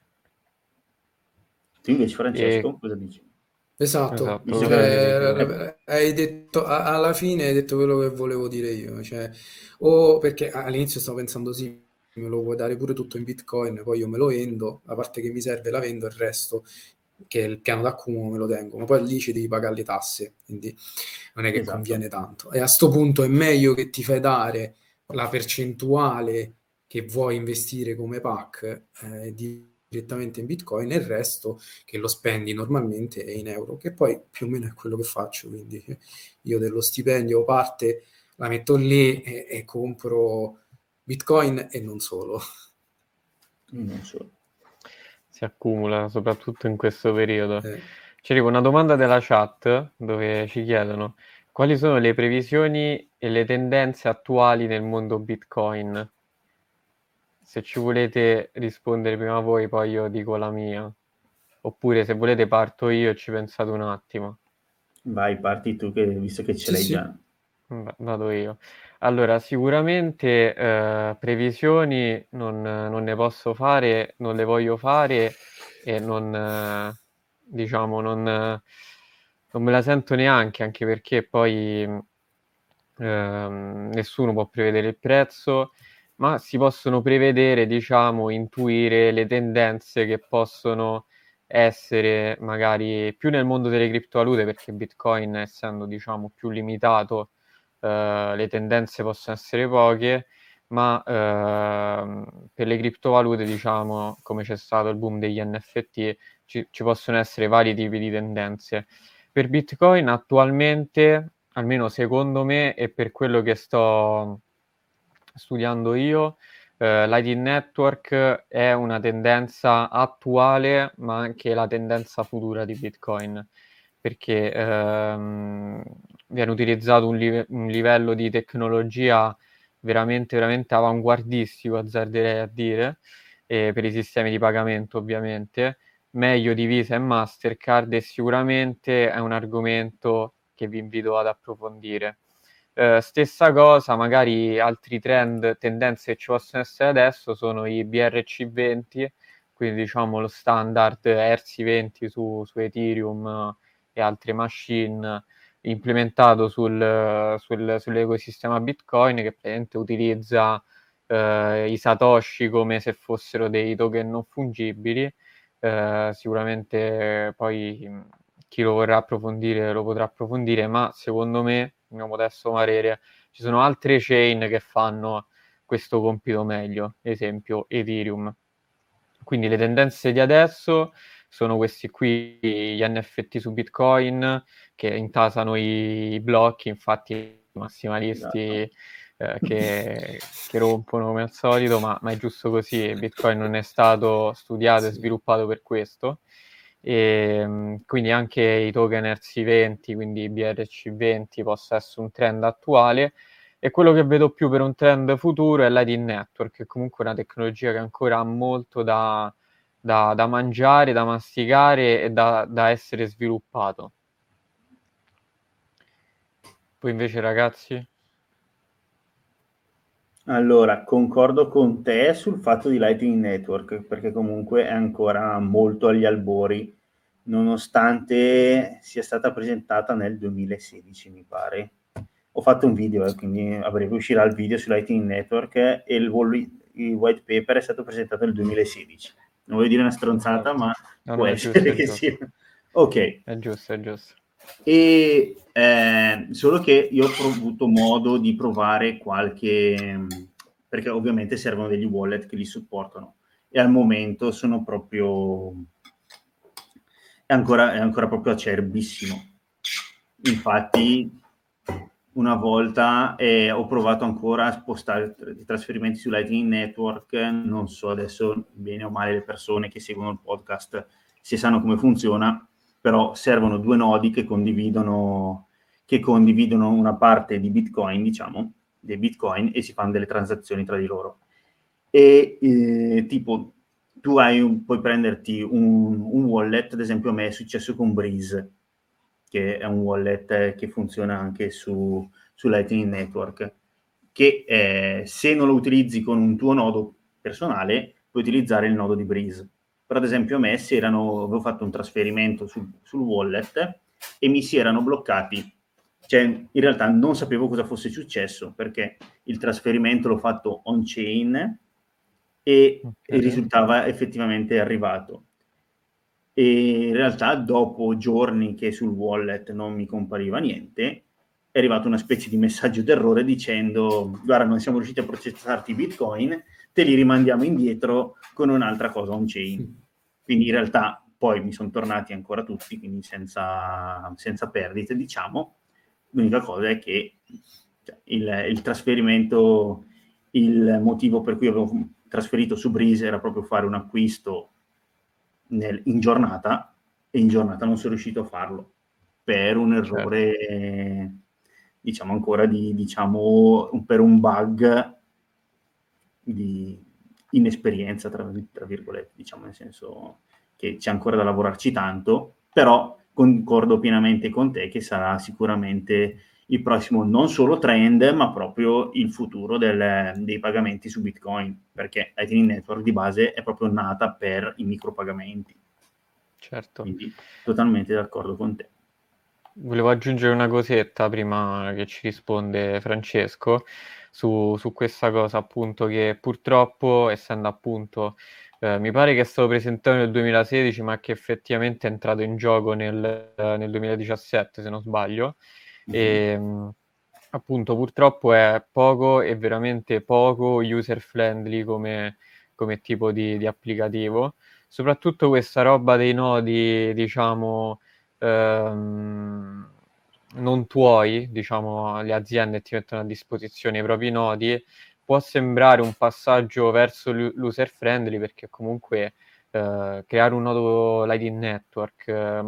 Speaker 2: Tu invece, Francesco, cosa dici?
Speaker 3: Esatto,
Speaker 1: Esatto, quello che dicevo.
Speaker 3: hai detto, alla fine hai detto quello che volevo dire io, cioè, perché all'inizio stavo pensando sì, me lo puoi dare pure tutto in Bitcoin, poi io me lo vendo, la parte che mi serve la vendo, il resto, che è il piano d'accumulo, me lo tengo, ma poi lì ci devi pagare le tasse, quindi non è che
Speaker 2: Esatto.
Speaker 3: conviene tanto. E a sto punto è meglio che ti fai dare la percentuale che vuoi investire come PAC direttamente in Bitcoin e il resto che lo spendi normalmente è in euro, che poi più o meno è quello che faccio, quindi io dello stipendio parte la metto lì e compro Bitcoin e non solo.
Speaker 2: Non so.
Speaker 1: Si accumula soprattutto in questo periodo.
Speaker 3: Eh.
Speaker 1: Ci arriva una domanda della chat dove ci chiedono quali sono le previsioni e le tendenze attuali nel mondo Bitcoin. Se ci volete rispondere prima voi, poi io dico la mia. Oppure se volete parto io e ci pensate un attimo.
Speaker 2: Vai, parti tu, visto che ce
Speaker 3: Sì,
Speaker 2: l'hai
Speaker 3: sì.
Speaker 2: già.
Speaker 1: Vado io. Allora, sicuramente previsioni non ne posso fare, non le voglio fare e diciamo, non me la sento neanche, anche perché poi nessuno può prevedere il prezzo, ma si possono prevedere, diciamo, intuire le tendenze che possono essere magari più nel mondo delle criptovalute, perché Bitcoin, essendo, diciamo, più limitato, le tendenze possono essere poche, ma per le criptovalute, diciamo, come c'è stato il boom degli NFT, ci possono essere vari tipi di tendenze. Per Bitcoin attualmente, almeno secondo me, e per quello che sto studiando io, Lightning Network è una tendenza attuale, ma anche la tendenza futura di Bitcoin, perché viene utilizzato un livello di tecnologia veramente, veramente avanguardistico, azzarderei a dire, per i sistemi di pagamento ovviamente, meglio di Visa e Mastercard, e sicuramente è un argomento che vi invito ad approfondire. Stessa cosa, magari altri trend, tendenze che ci possono essere adesso sono i BRC20, quindi diciamo lo standard ERC20 su Ethereum e altre machine implementato sull'ecosistema Bitcoin, che praticamente utilizza i Satoshi come se fossero dei token non fungibili. Sicuramente poi chi lo vorrà approfondire lo potrà approfondire, ma secondo me, mio modesto parere, ci sono altre chain che fanno questo compito meglio, esempio Ethereum. Quindi le tendenze di adesso sono questi qui, gli NFT su Bitcoin, che intasano i blocchi, infatti i massimalisti che rompono come al solito, ma è giusto così, Bitcoin non è stato studiato e sviluppato per questo. E quindi anche i token ERC20, quindi BRC20, possa essere un trend attuale. E quello che vedo più per un trend futuro è l'Lightning Network, che è comunque una tecnologia che ancora ha molto da mangiare, da masticare e da essere sviluppato. Poi invece, ragazzi?
Speaker 2: Allora, concordo con te sul fatto di Lightning Network, perché comunque è ancora molto agli albori, nonostante sia stata presentata nel 2016, mi pare. Ho fatto un video, quindi a breve uscirà il video su Lightning Network e il white paper è stato presentato nel 2016. Non voglio dire una stronzata, ma
Speaker 1: No,
Speaker 2: può
Speaker 1: no, è
Speaker 2: essere
Speaker 1: giusto,
Speaker 2: che sia. Ok.
Speaker 1: È giusto, è giusto.
Speaker 2: E solo che io ho avuto modo di provare qualche, perché ovviamente servono degli wallet che li supportano, e al momento sono proprio è ancora proprio acerbissimo. Infatti una volta ho provato ancora a spostare i trasferimenti su Lightning Network, non so adesso bene o male le persone che seguono il podcast se sanno come funziona, però servono due nodi che condividono una parte di Bitcoin, diciamo, dei Bitcoin, e si fanno delle transazioni tra di loro. E tipo, tu puoi prenderti un wallet, ad esempio a me è successo con Breeze, che è un wallet che funziona anche su Lightning Network, che se non lo utilizzi con un tuo nodo personale, puoi utilizzare il nodo di Breeze. Però ad esempio a me avevo fatto un trasferimento sul wallet e mi si erano bloccati, cioè in realtà non sapevo cosa fosse successo, perché il trasferimento l'ho fatto on-chain e risultava effettivamente arrivato. E in realtà dopo giorni che sul wallet non mi compariva niente, è arrivato una specie di messaggio d'errore dicendo: guarda, non siamo riusciti a processarti i bitcoin, te li rimandiamo indietro con un'altra cosa on-chain. Quindi in realtà poi mi sono tornati ancora tutti, quindi senza perdite, diciamo. L'unica cosa è che il trasferimento, il motivo per cui avevo trasferito su Breeze era proprio fare un acquisto in giornata, e in giornata non sono riuscito a farlo per un errore, diciamo ancora per un bug di inesperienza, tra virgolette, diciamo, nel senso che c'è ancora da lavorarci tanto, però concordo pienamente con te che sarà sicuramente il prossimo non solo trend, ma proprio il futuro dei pagamenti su Bitcoin, perché Lightning Network di base è proprio nata per i micropagamenti.
Speaker 1: Certo.
Speaker 2: Quindi totalmente d'accordo con te.
Speaker 1: Volevo aggiungere una cosetta prima che ci risponde Francesco su questa cosa, appunto, che purtroppo, essendo appunto, mi pare che è stato presentato nel 2016, ma che effettivamente è entrato in gioco nel 2017, se non sbaglio. E appunto purtroppo è poco e veramente poco user friendly come tipo di applicativo. Soprattutto questa roba dei nodi, diciamo, non tuoi, diciamo, le aziende ti mettono a disposizione i propri nodi, può sembrare un passaggio verso l'user friendly, perché comunque creare un nodo Lightning Network,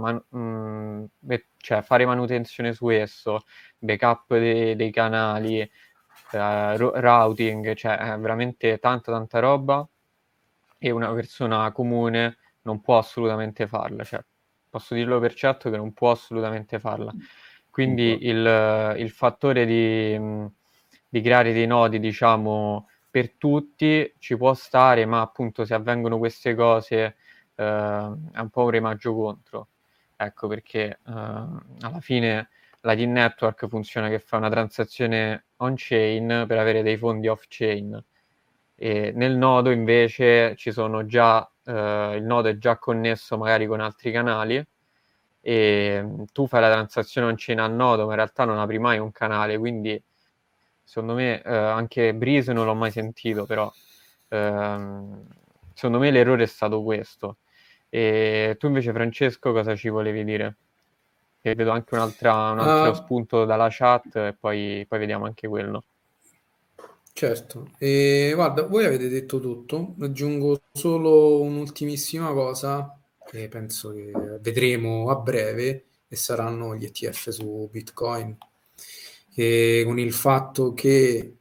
Speaker 1: cioè fare manutenzione su esso, backup dei canali, routing, cioè è veramente tanta roba, e una persona comune non può assolutamente farla, cioè posso dirlo per certo che non può assolutamente farla. Quindi il fattore di creare dei nodi, diciamo, per tutti ci può stare, ma appunto se avvengono queste cose è un po' un remaggio contro. Ecco perché alla fine la Lightning Network funziona che fa una transazione on-chain per avere dei fondi off-chain. E nel nodo invece ci sono già, il nodo è già connesso magari con altri canali e tu fai la transazione on-chain al nodo, ma in realtà non apri mai un canale, quindi secondo me anche Breeze non l'ho mai sentito, però secondo me l'errore è stato questo. E tu invece, Francesco, cosa ci volevi dire? Che vedo anche un altro spunto dalla chat e poi vediamo anche quello.
Speaker 3: Certo, e guarda, voi avete detto tutto, aggiungo solo un'ultimissima cosa che penso che vedremo a breve e saranno gli ETF su Bitcoin, che con il fatto che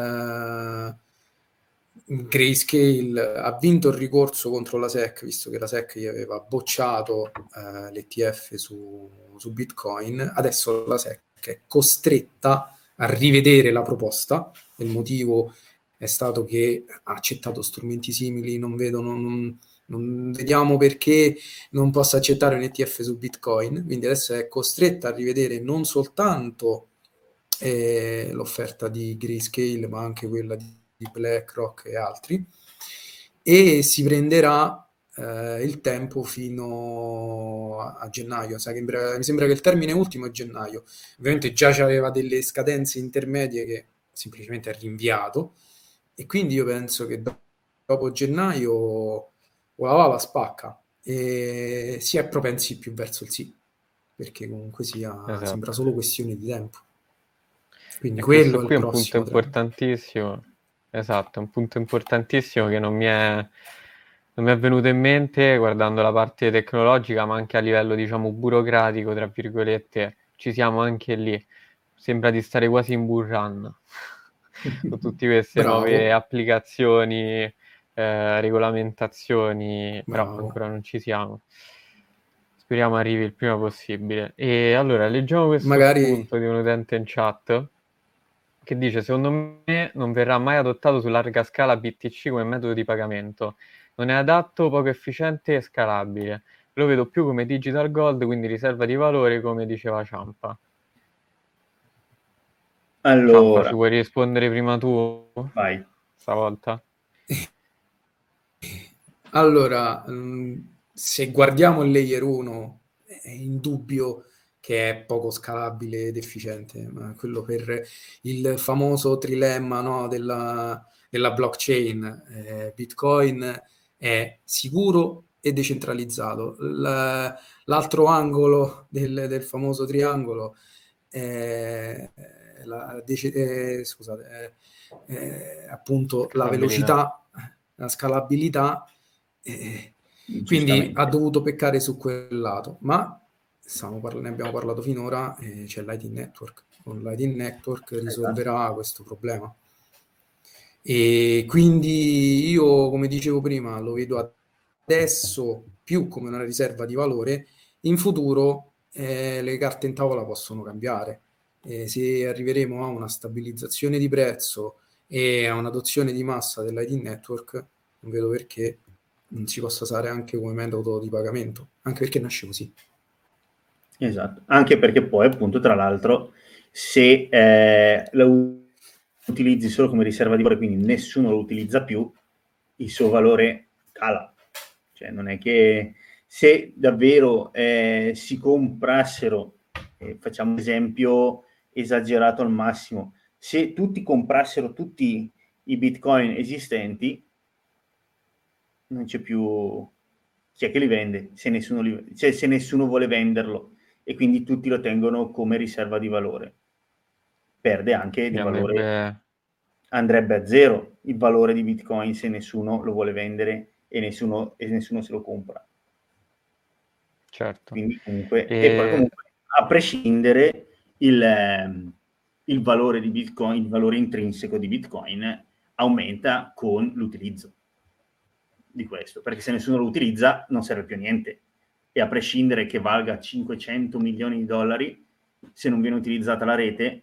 Speaker 3: Grayscale ha vinto il ricorso contro la SEC, visto che la SEC gli aveva bocciato l'ETF su Bitcoin, adesso la SEC è costretta a rivedere la proposta. Il motivo è stato che ha accettato strumenti simili, non vediamo perché non possa accettare un ETF su Bitcoin, quindi adesso è costretta a rivedere non soltanto l'offerta di Grayscale, ma anche quella di BlackRock e altri, e si prenderà il tempo fino a gennaio. Mi sembra che il termine ultimo è gennaio. Ovviamente già c'aveva delle scadenze intermedie che semplicemente ha rinviato, e quindi io penso che dopo gennaio o la va la spacca e si è propensi più verso il sì, perché comunque sembra solo questione di tempo. Quindi
Speaker 1: e
Speaker 3: quello
Speaker 1: questo
Speaker 3: è
Speaker 1: qui
Speaker 3: il
Speaker 1: è un punto
Speaker 3: prossimo trend.
Speaker 1: importantissimo. Esatto, è un punto importantissimo che non mi è venuto in mente guardando la parte tecnologica, ma anche a livello, diciamo, burocratico, tra virgolette, ci siamo anche lì. Sembra di stare quasi in bull run con tutte queste nuove
Speaker 3: Bravo,
Speaker 1: applicazioni, regolamentazioni, però
Speaker 3: bravo.
Speaker 1: ancora non ci siamo. Speriamo arrivi il prima possibile. E allora, leggiamo questo
Speaker 3: Magari
Speaker 1: spunto di un utente in chat che dice: secondo me non verrà mai adottato su larga scala BTC come metodo di pagamento. Non è adatto, poco efficiente e scalabile. Lo vedo più come digital gold, quindi riserva di valore, come diceva Ciampa. Ciampa, ci
Speaker 2: Allora,
Speaker 1: vuoi rispondere prima tu?
Speaker 2: vai.
Speaker 1: Stavolta?
Speaker 3: Allora, se guardiamo il layer 1, è indubbio che è poco scalabile ed efficiente, ma quello per il famoso trilemma, no, della blockchain. Bitcoin è sicuro e decentralizzato. L'altro angolo del famoso triangolo è appunto la velocità, la scalabilità, quindi
Speaker 2: Giustamente.
Speaker 3: ha dovuto peccare su quel lato, ma ne abbiamo parlato finora, c'è Lightning Network. Con Lightning Network risolverà questo problema. E quindi io, come dicevo prima, lo vedo adesso più come una riserva di valore. In futuro le carte in tavola possono cambiare. Se arriveremo a una stabilizzazione di prezzo e a un'adozione di massa dell'ID Network, non vedo perché non si possa usare anche come metodo di pagamento, anche perché nasce così.
Speaker 2: Esatto, anche perché poi appunto tra l'altro se lo utilizzi solo come riserva di valore, quindi nessuno lo utilizza più, il suo valore cala. Cioè non è che se davvero si comprassero, facciamo un esempio esagerato al massimo, se tutti comprassero tutti i bitcoin esistenti, non c'è più chi è che li vende, se nessuno vuole venderlo e quindi tutti lo tengono come riserva di valore. Perde anche di valore, andrebbe a zero il valore di Bitcoin se nessuno lo vuole vendere e nessuno se lo compra.
Speaker 1: Certo.
Speaker 2: Quindi comunque, e poi comunque a prescindere il valore di Bitcoin, il valore intrinseco di Bitcoin aumenta con l'utilizzo di questo, perché se nessuno lo utilizza non serve più a niente, e a prescindere che valga 500 milioni di dollari, se non viene utilizzata la rete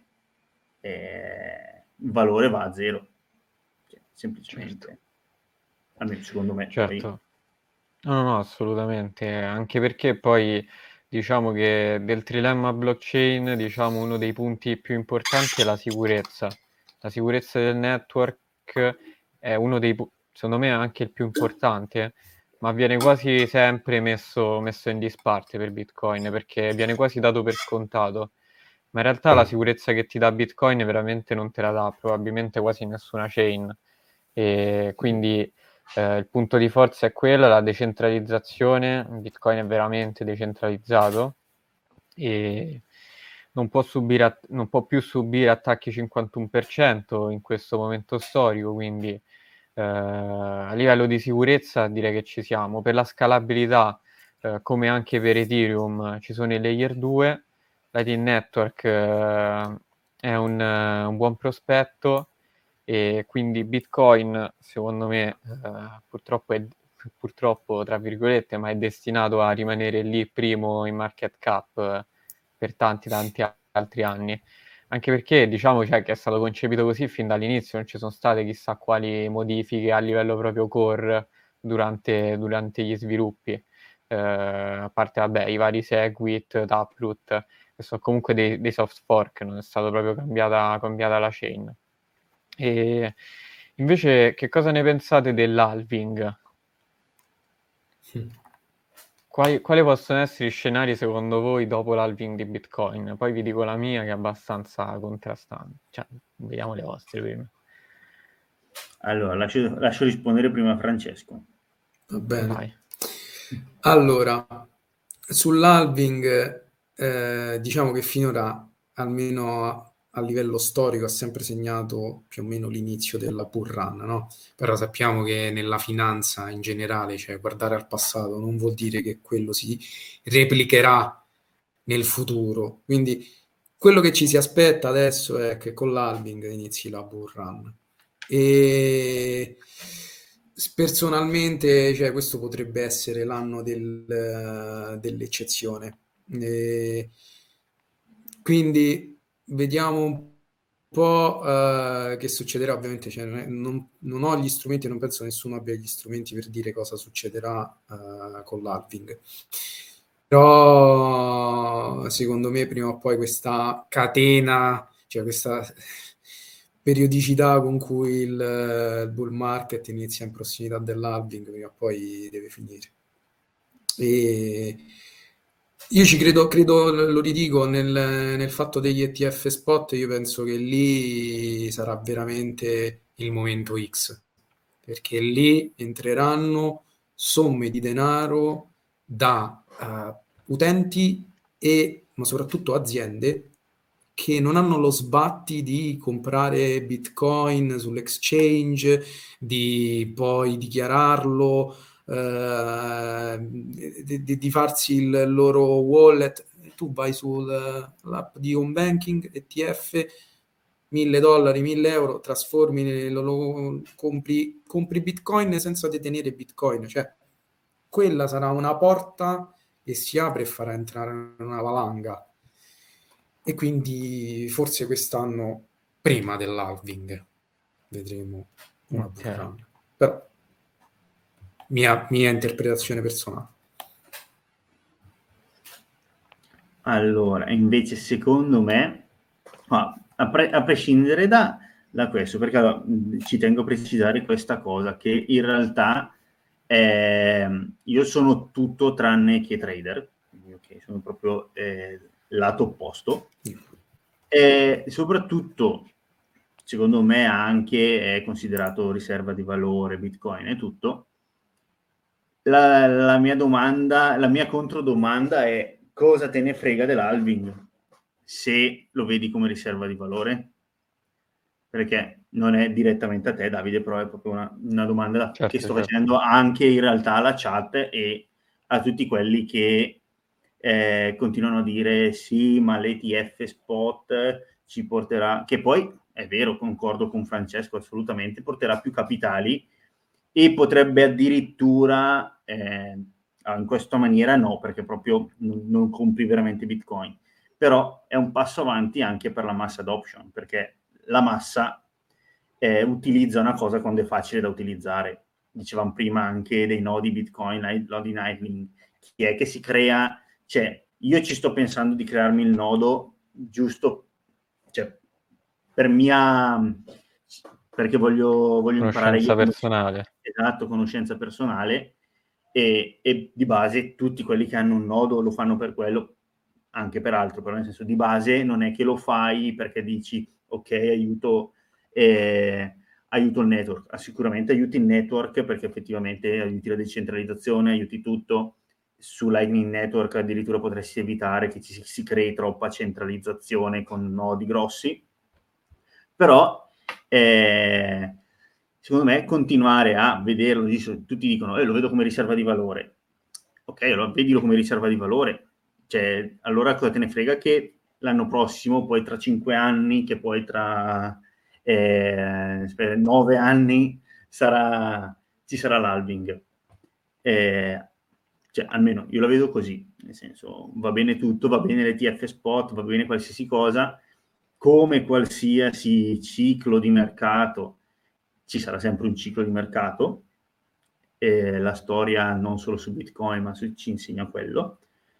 Speaker 2: il valore va a zero, cioè, semplicemente, certo. Almeno secondo me.
Speaker 1: Certo. Poi... no, assolutamente, anche perché poi diciamo che del trilemma blockchain, diciamo, uno dei punti più importanti è la sicurezza del network è uno dei, secondo me, anche il più importante, ma viene quasi sempre messo in disparte per Bitcoin, perché viene quasi dato per scontato. Ma in realtà la sicurezza che ti dà Bitcoin veramente non te la dà probabilmente quasi nessuna chain. E quindi il punto di forza è quello, la decentralizzazione. Bitcoin è veramente decentralizzato e non può più subire attacchi 51% in questo momento storico, quindi a livello di sicurezza direi che ci siamo. Per la scalabilità, come anche per Ethereum, ci sono i layer 2, Lightning Network è un buon prospetto, e quindi Bitcoin, secondo me, purtroppo, tra virgolette, ma è destinato a rimanere lì primo in market cap per tanti altri anni. Anche perché, diciamo, cioè, che è stato concepito così fin dall'inizio, non ci sono state chissà quali modifiche a livello proprio core durante gli sviluppi. A parte, vabbè, i vari Segwit, Taproot, che sono comunque dei soft fork, non è stata proprio cambiata la chain. E invece, che cosa ne pensate dell'halving? Quali possono essere i scenari secondo voi dopo l'halving di Bitcoin? Poi vi dico la mia, che è abbastanza contrastante. Cioè, vediamo le vostre prima.
Speaker 2: Allora, lascio rispondere prima Francesco.
Speaker 3: Va bene.
Speaker 1: Vai.
Speaker 3: Allora, sull'halving, diciamo che finora, almeno a livello storico, ha sempre segnato più o meno l'inizio della bull run, no? Però sappiamo che nella finanza in generale, cioè guardare al passato non vuol dire che quello si replicherà nel futuro. Quindi quello che ci si aspetta adesso è che con l'halving inizi la bull run. E personalmente, cioè, questo potrebbe essere l'anno dell'eccezione. Quindi vediamo un po' che succederà. Ovviamente, cioè, non ho gli strumenti, non penso nessuno abbia gli strumenti per dire cosa succederà con l'halving. Però secondo me prima o poi questa catena, cioè questa periodicità con cui il bull market inizia in prossimità dell'halving, prima o poi deve finire. E io ci credo, lo ridico, nel fatto degli ETF spot. Io penso che lì sarà veramente il momento X, perché lì entreranno somme di denaro da utenti ma soprattutto aziende che non hanno lo sbatti di comprare Bitcoin sull'exchange, di poi dichiararlo, di farsi il loro wallet. Tu vai sull'app di home banking, ETF, $1.000, 1.000 euro, trasformi, compri Bitcoin senza detenere Bitcoin. Cioè, quella sarà una porta che si apre e farà entrare una valanga. E quindi forse quest'anno, prima dell'halving, vedremo una bull run. Però mia interpretazione personale.
Speaker 2: Allora, invece secondo me, a prescindere da questo, perché allora, ci tengo a precisare questa cosa, che in realtà io sono tutto tranne che trader, quindi okay, sono proprio lato opposto, e soprattutto secondo me anche è considerato riserva di valore Bitcoin e tutto. La mia domanda, la mia controdomanda è: cosa te ne frega dell'halving se lo vedi come riserva di valore? Perché non è direttamente a te, Davide, però è proprio una domanda che sto facendo anche in realtà alla chat e a tutti quelli che continuano a dire sì, ma l'ETF spot ci porterà, che poi è vero, concordo con Francesco assolutamente, porterà più capitali e potrebbe addirittura in questa maniera no, perché proprio non compri veramente Bitcoin, però è un passo avanti anche per la mass adoption, perché la massa utilizza una cosa quando è facile da utilizzare. Dicevamo prima anche dei nodi Bitcoin, nodi Lightning. Chi è che si crea? Cioè, io ci sto pensando di crearmi il nodo giusto, cioè, per mia perché voglio imparare io.
Speaker 1: Conoscenza personale.
Speaker 2: Esatto, conoscenza personale, e di base tutti quelli che hanno un nodo lo fanno per quello, anche per altro, però nel senso di base non è che lo fai perché dici ok, aiuto il network. Sicuramente aiuti il network perché effettivamente aiuti la decentralizzazione, aiuti tutto. Su Lightning Network addirittura potresti evitare che ci si crei troppa centralizzazione con nodi grossi, però secondo me continuare a vederlo, tutti dicono lo vedo come riserva di valore. Ok, allora vedilo come riserva di valore. Cioè, allora cosa te ne frega che l'anno prossimo, poi tra 5 anni, che poi tra 9 anni ci sarà l'halving. Cioè, almeno io la vedo così, nel senso, va bene tutto, va bene l'ETF spot, va bene qualsiasi cosa, come qualsiasi ciclo di mercato, ci sarà sempre un ciclo di mercato, la storia non solo su Bitcoin, ma ci insegna quello.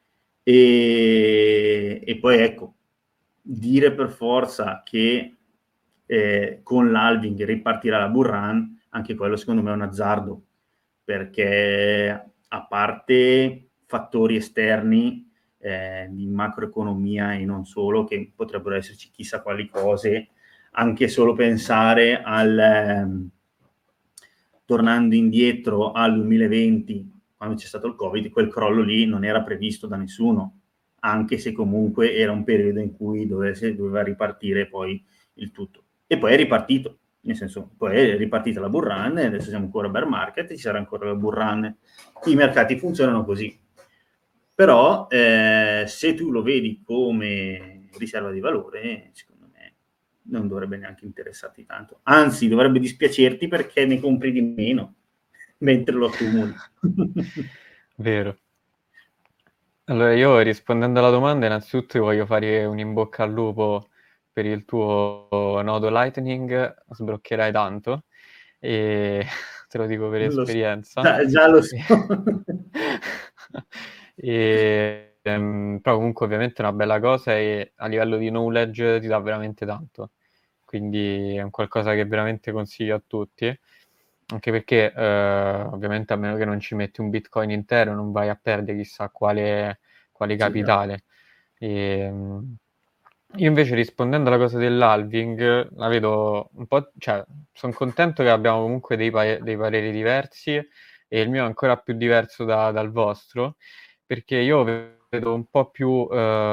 Speaker 2: E poi ecco, dire per forza che con l'halving ripartirà la bull run, anche quello secondo me è un azzardo, perché a parte fattori esterni di macroeconomia e non solo, che potrebbero esserci chissà quali cose, anche solo pensare tornando indietro al 2020, quando c'è stato il Covid, quel crollo lì non era previsto da nessuno, anche se comunque era un periodo in cui doveva ripartire poi il tutto. E poi è ripartito, nel senso, poi è ripartita la bull run, e adesso siamo ancora bear market, ci sarà ancora la bull run. I mercati funzionano così. Però se tu lo vedi come riserva di valore, secondo me non dovrebbe neanche interessarti tanto. Anzi, dovrebbe dispiacerti perché ne compri di meno mentre lo accumuli.
Speaker 1: Vero. Allora, io rispondendo alla domanda, innanzitutto ti voglio fare un in bocca al lupo per il tuo nodo Lightning, sbloccherai tanto, e te lo dico per esperienza.
Speaker 2: Già lo so.
Speaker 1: Però comunque ovviamente è una bella cosa e a livello di knowledge ti dà veramente tanto, quindi è un qualcosa che veramente consiglio a tutti, anche perché ovviamente a meno che non ci metti un Bitcoin intero non vai a perdere chissà quale capitale. Io invece rispondendo alla cosa dell'halving la vedo un po', cioè sono contento che abbiamo comunque dei pareri diversi e il mio è ancora più diverso dal vostro, perché io vedo un po' più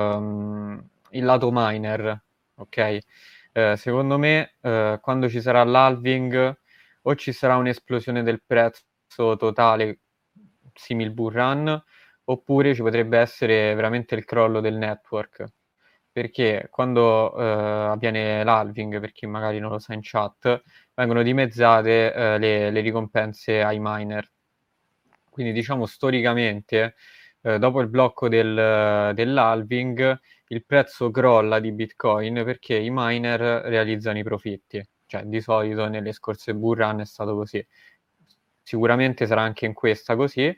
Speaker 1: il lato miner, ok? Secondo me quando ci sarà l'halving o ci sarà un'esplosione del prezzo totale simil bull run, oppure ci potrebbe essere veramente il crollo del network, perché quando avviene l'halving, per chi magari non lo sa in chat, vengono dimezzate le ricompense ai miner. Quindi diciamo storicamente, dopo il blocco dell'halving, il prezzo crolla di Bitcoin perché i miner realizzano i profitti. Cioè di solito nelle scorse bull run è stato così. Sicuramente sarà anche in questa così.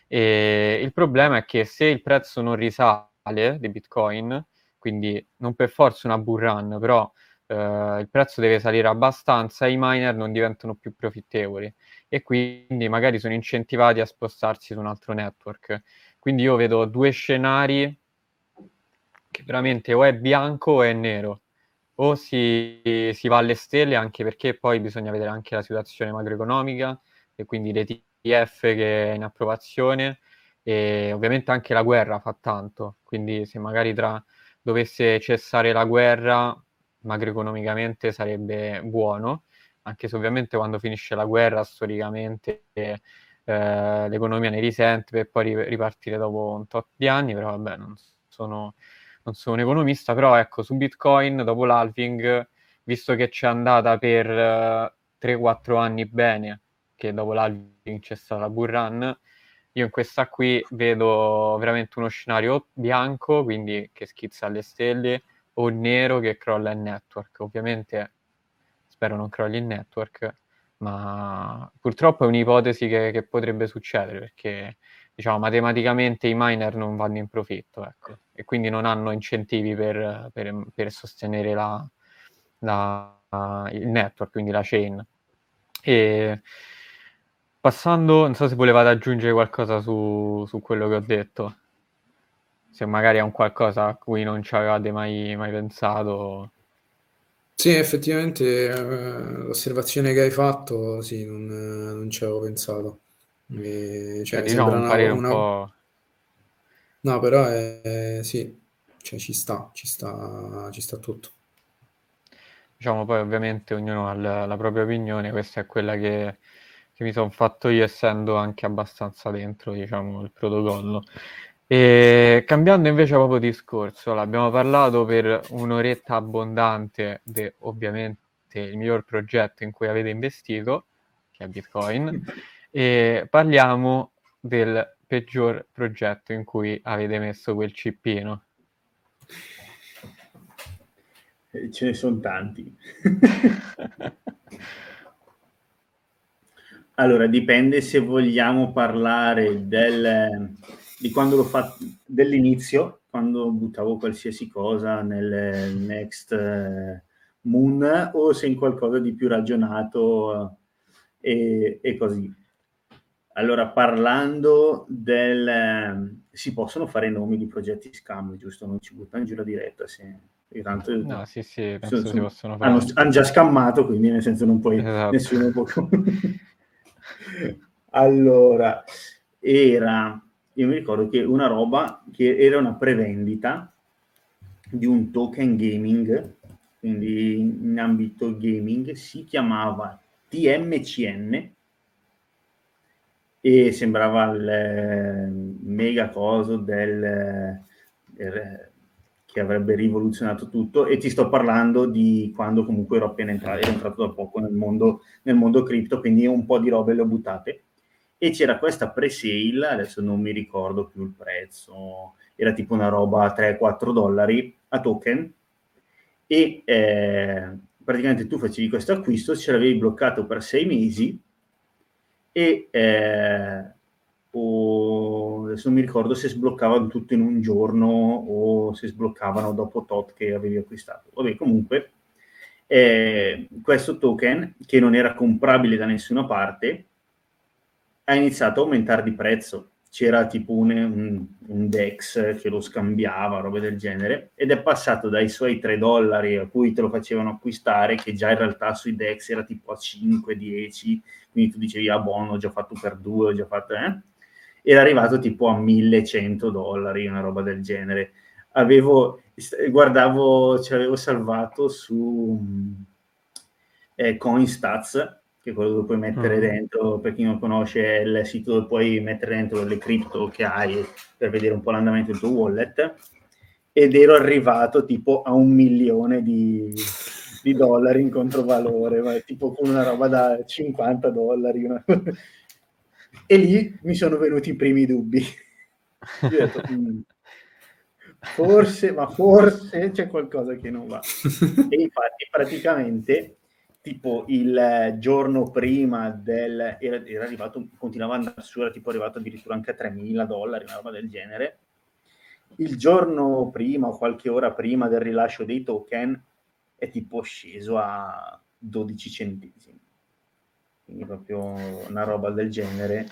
Speaker 1: E il problema è che se il prezzo non risale di Bitcoin, quindi non per forza una bull run, però il prezzo deve salire abbastanza, i miner non diventano più profittevoli e quindi magari sono incentivati a spostarsi su un altro network. Quindi io vedo due scenari che veramente o è bianco o è nero. O si va alle stelle, anche perché poi bisogna vedere anche la situazione macroeconomica e quindi l'ETF che è in approvazione, e ovviamente anche la guerra fa tanto, quindi se magari dovesse cessare la guerra macroeconomicamente sarebbe buono, anche se ovviamente quando finisce la guerra storicamente l'economia ne risente per poi ripartire dopo un tot di anni, però vabbè non sono un economista, però ecco, su Bitcoin dopo l'halving, visto che c'è andata per 3-4 anni bene, che dopo l'halving c'è stata la bull run, io in questa qui vedo veramente uno scenario o bianco, quindi che schizza alle stelle, o nero che crolla il network. Ovviamente spero non crolli il network, ma purtroppo è un'ipotesi che potrebbe succedere, perché diciamo matematicamente i miner non vanno in profitto, ecco, e quindi non hanno incentivi per sostenere il network, quindi la chain. E passando, non so se volevate aggiungere qualcosa su quello che ho detto, se magari è un qualcosa a cui non ci avevate mai pensato.
Speaker 3: Sì, effettivamente l'osservazione che hai fatto, sì, non ci avevo pensato.
Speaker 1: Cioè,
Speaker 3: Cioè,
Speaker 1: diciamo
Speaker 3: sembra
Speaker 1: un parere un po'...
Speaker 3: No, però sì, cioè, ci sta tutto.
Speaker 1: Diciamo, poi ovviamente ognuno ha la propria opinione, questa è quella che mi sono fatto io, essendo anche abbastanza dentro, diciamo, il protocollo. E cambiando invece proprio discorso, abbiamo parlato per un'oretta abbondante di ovviamente il miglior progetto in cui avete investito, che è Bitcoin, e parliamo del peggior progetto in cui avete messo quel cippino.
Speaker 2: Ce ne sono tanti. Allora, dipende se vogliamo parlare di quando l'ho fatto, dell'inizio, quando buttavo qualsiasi cosa nel Next Moon, o se in qualcosa di più ragionato e così. Allora, parlando si possono fare nomi di progetti scam, giusto? Non ci buttano in giro diretta, tanto
Speaker 1: No, sì, penso si possono
Speaker 2: hanno,
Speaker 1: fare.
Speaker 2: hanno già scammato, quindi nel senso non puoi,
Speaker 1: Esatto.
Speaker 2: nessuno può... Allora, io mi ricordo che una roba che era una prevendita di un token gaming, quindi in ambito gaming, si chiamava TMCN e sembrava il mega coso che avrebbe rivoluzionato tutto, e ti sto parlando di quando comunque ero entrato da poco nel mondo cripto, quindi un po' di robe le ho buttate, e c'era questa pre-sale, adesso non mi ricordo più il prezzo, era tipo una roba a 3-4 dollari a token, e praticamente tu facevi questo acquisto, ce l'avevi bloccato per 6 mesi, e adesso non mi ricordo se sbloccavano tutto in un giorno o se sbloccavano dopo tot che avevi acquistato. Vabbè, comunque questo token, che non era comprabile da nessuna parte, ha iniziato a aumentare di prezzo. C'era tipo un DEX che lo scambiava, robe del genere, ed è passato dai suoi 3 dollari a cui te lo facevano acquistare, che già in realtà sui DEX era tipo a 5-10, quindi tu dicevi, ah buono, ho già fatto per 2, ho già fatto... Era arrivato tipo a 1100 dollari, una roba del genere. Guardavo, ce l'avevo salvato su Coinstats, che è quello dove puoi mettere dentro, per chi non conosce, è il sito dove puoi mettere dentro le cripto che hai per vedere un po' l'andamento del tuo wallet, ed ero arrivato tipo a 1.000.000 di dollari in controvalore, tipo con una roba da 50 dollari. E lì mi sono venuti i primi dubbi. Io ho detto, forse c'è qualcosa che non va. E infatti praticamente tipo il giorno prima era arrivato, continuava ad andare su, era tipo arrivato addirittura anche a 3.000 dollari, una roba del genere. Il giorno prima o qualche ora prima del rilascio dei token è tipo sceso a 12 centesimi, quindi proprio una roba del genere.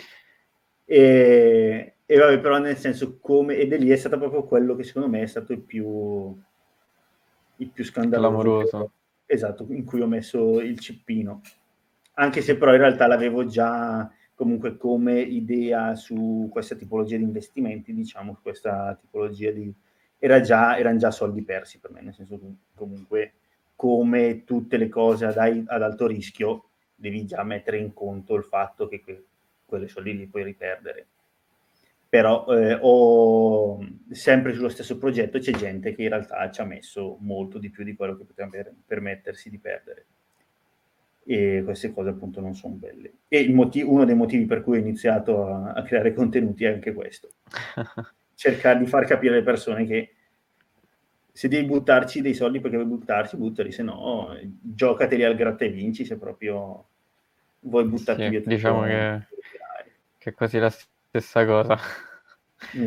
Speaker 2: E vabbè, però nel senso ed è lì è stato proprio quello che secondo me è stato il più scandaloso,
Speaker 1: Clamoroso.
Speaker 2: esatto, in cui ho messo il cippino, anche se però in realtà l'avevo già comunque come idea su questa tipologia di investimenti, diciamo, questa tipologia erano già soldi persi per me, nel senso che comunque, come tutte le cose ad alto rischio, devi già mettere in conto il fatto che quelle soldi li puoi riperdere. Però sempre sullo stesso progetto c'è gente che in realtà ci ha messo molto di più di quello che poteva permettersi di perdere, e queste cose appunto non sono belle, e uno dei motivi per cui ho iniziato a creare contenuti è anche questo, cercare di far capire alle persone che se devi buttarci dei soldi perché vuoi buttali, se no giocateli al gratta e vinci, se proprio vuoi buttarti
Speaker 1: Sì,
Speaker 2: via tutto.
Speaker 1: diciamo che è quasi la stessa cosa.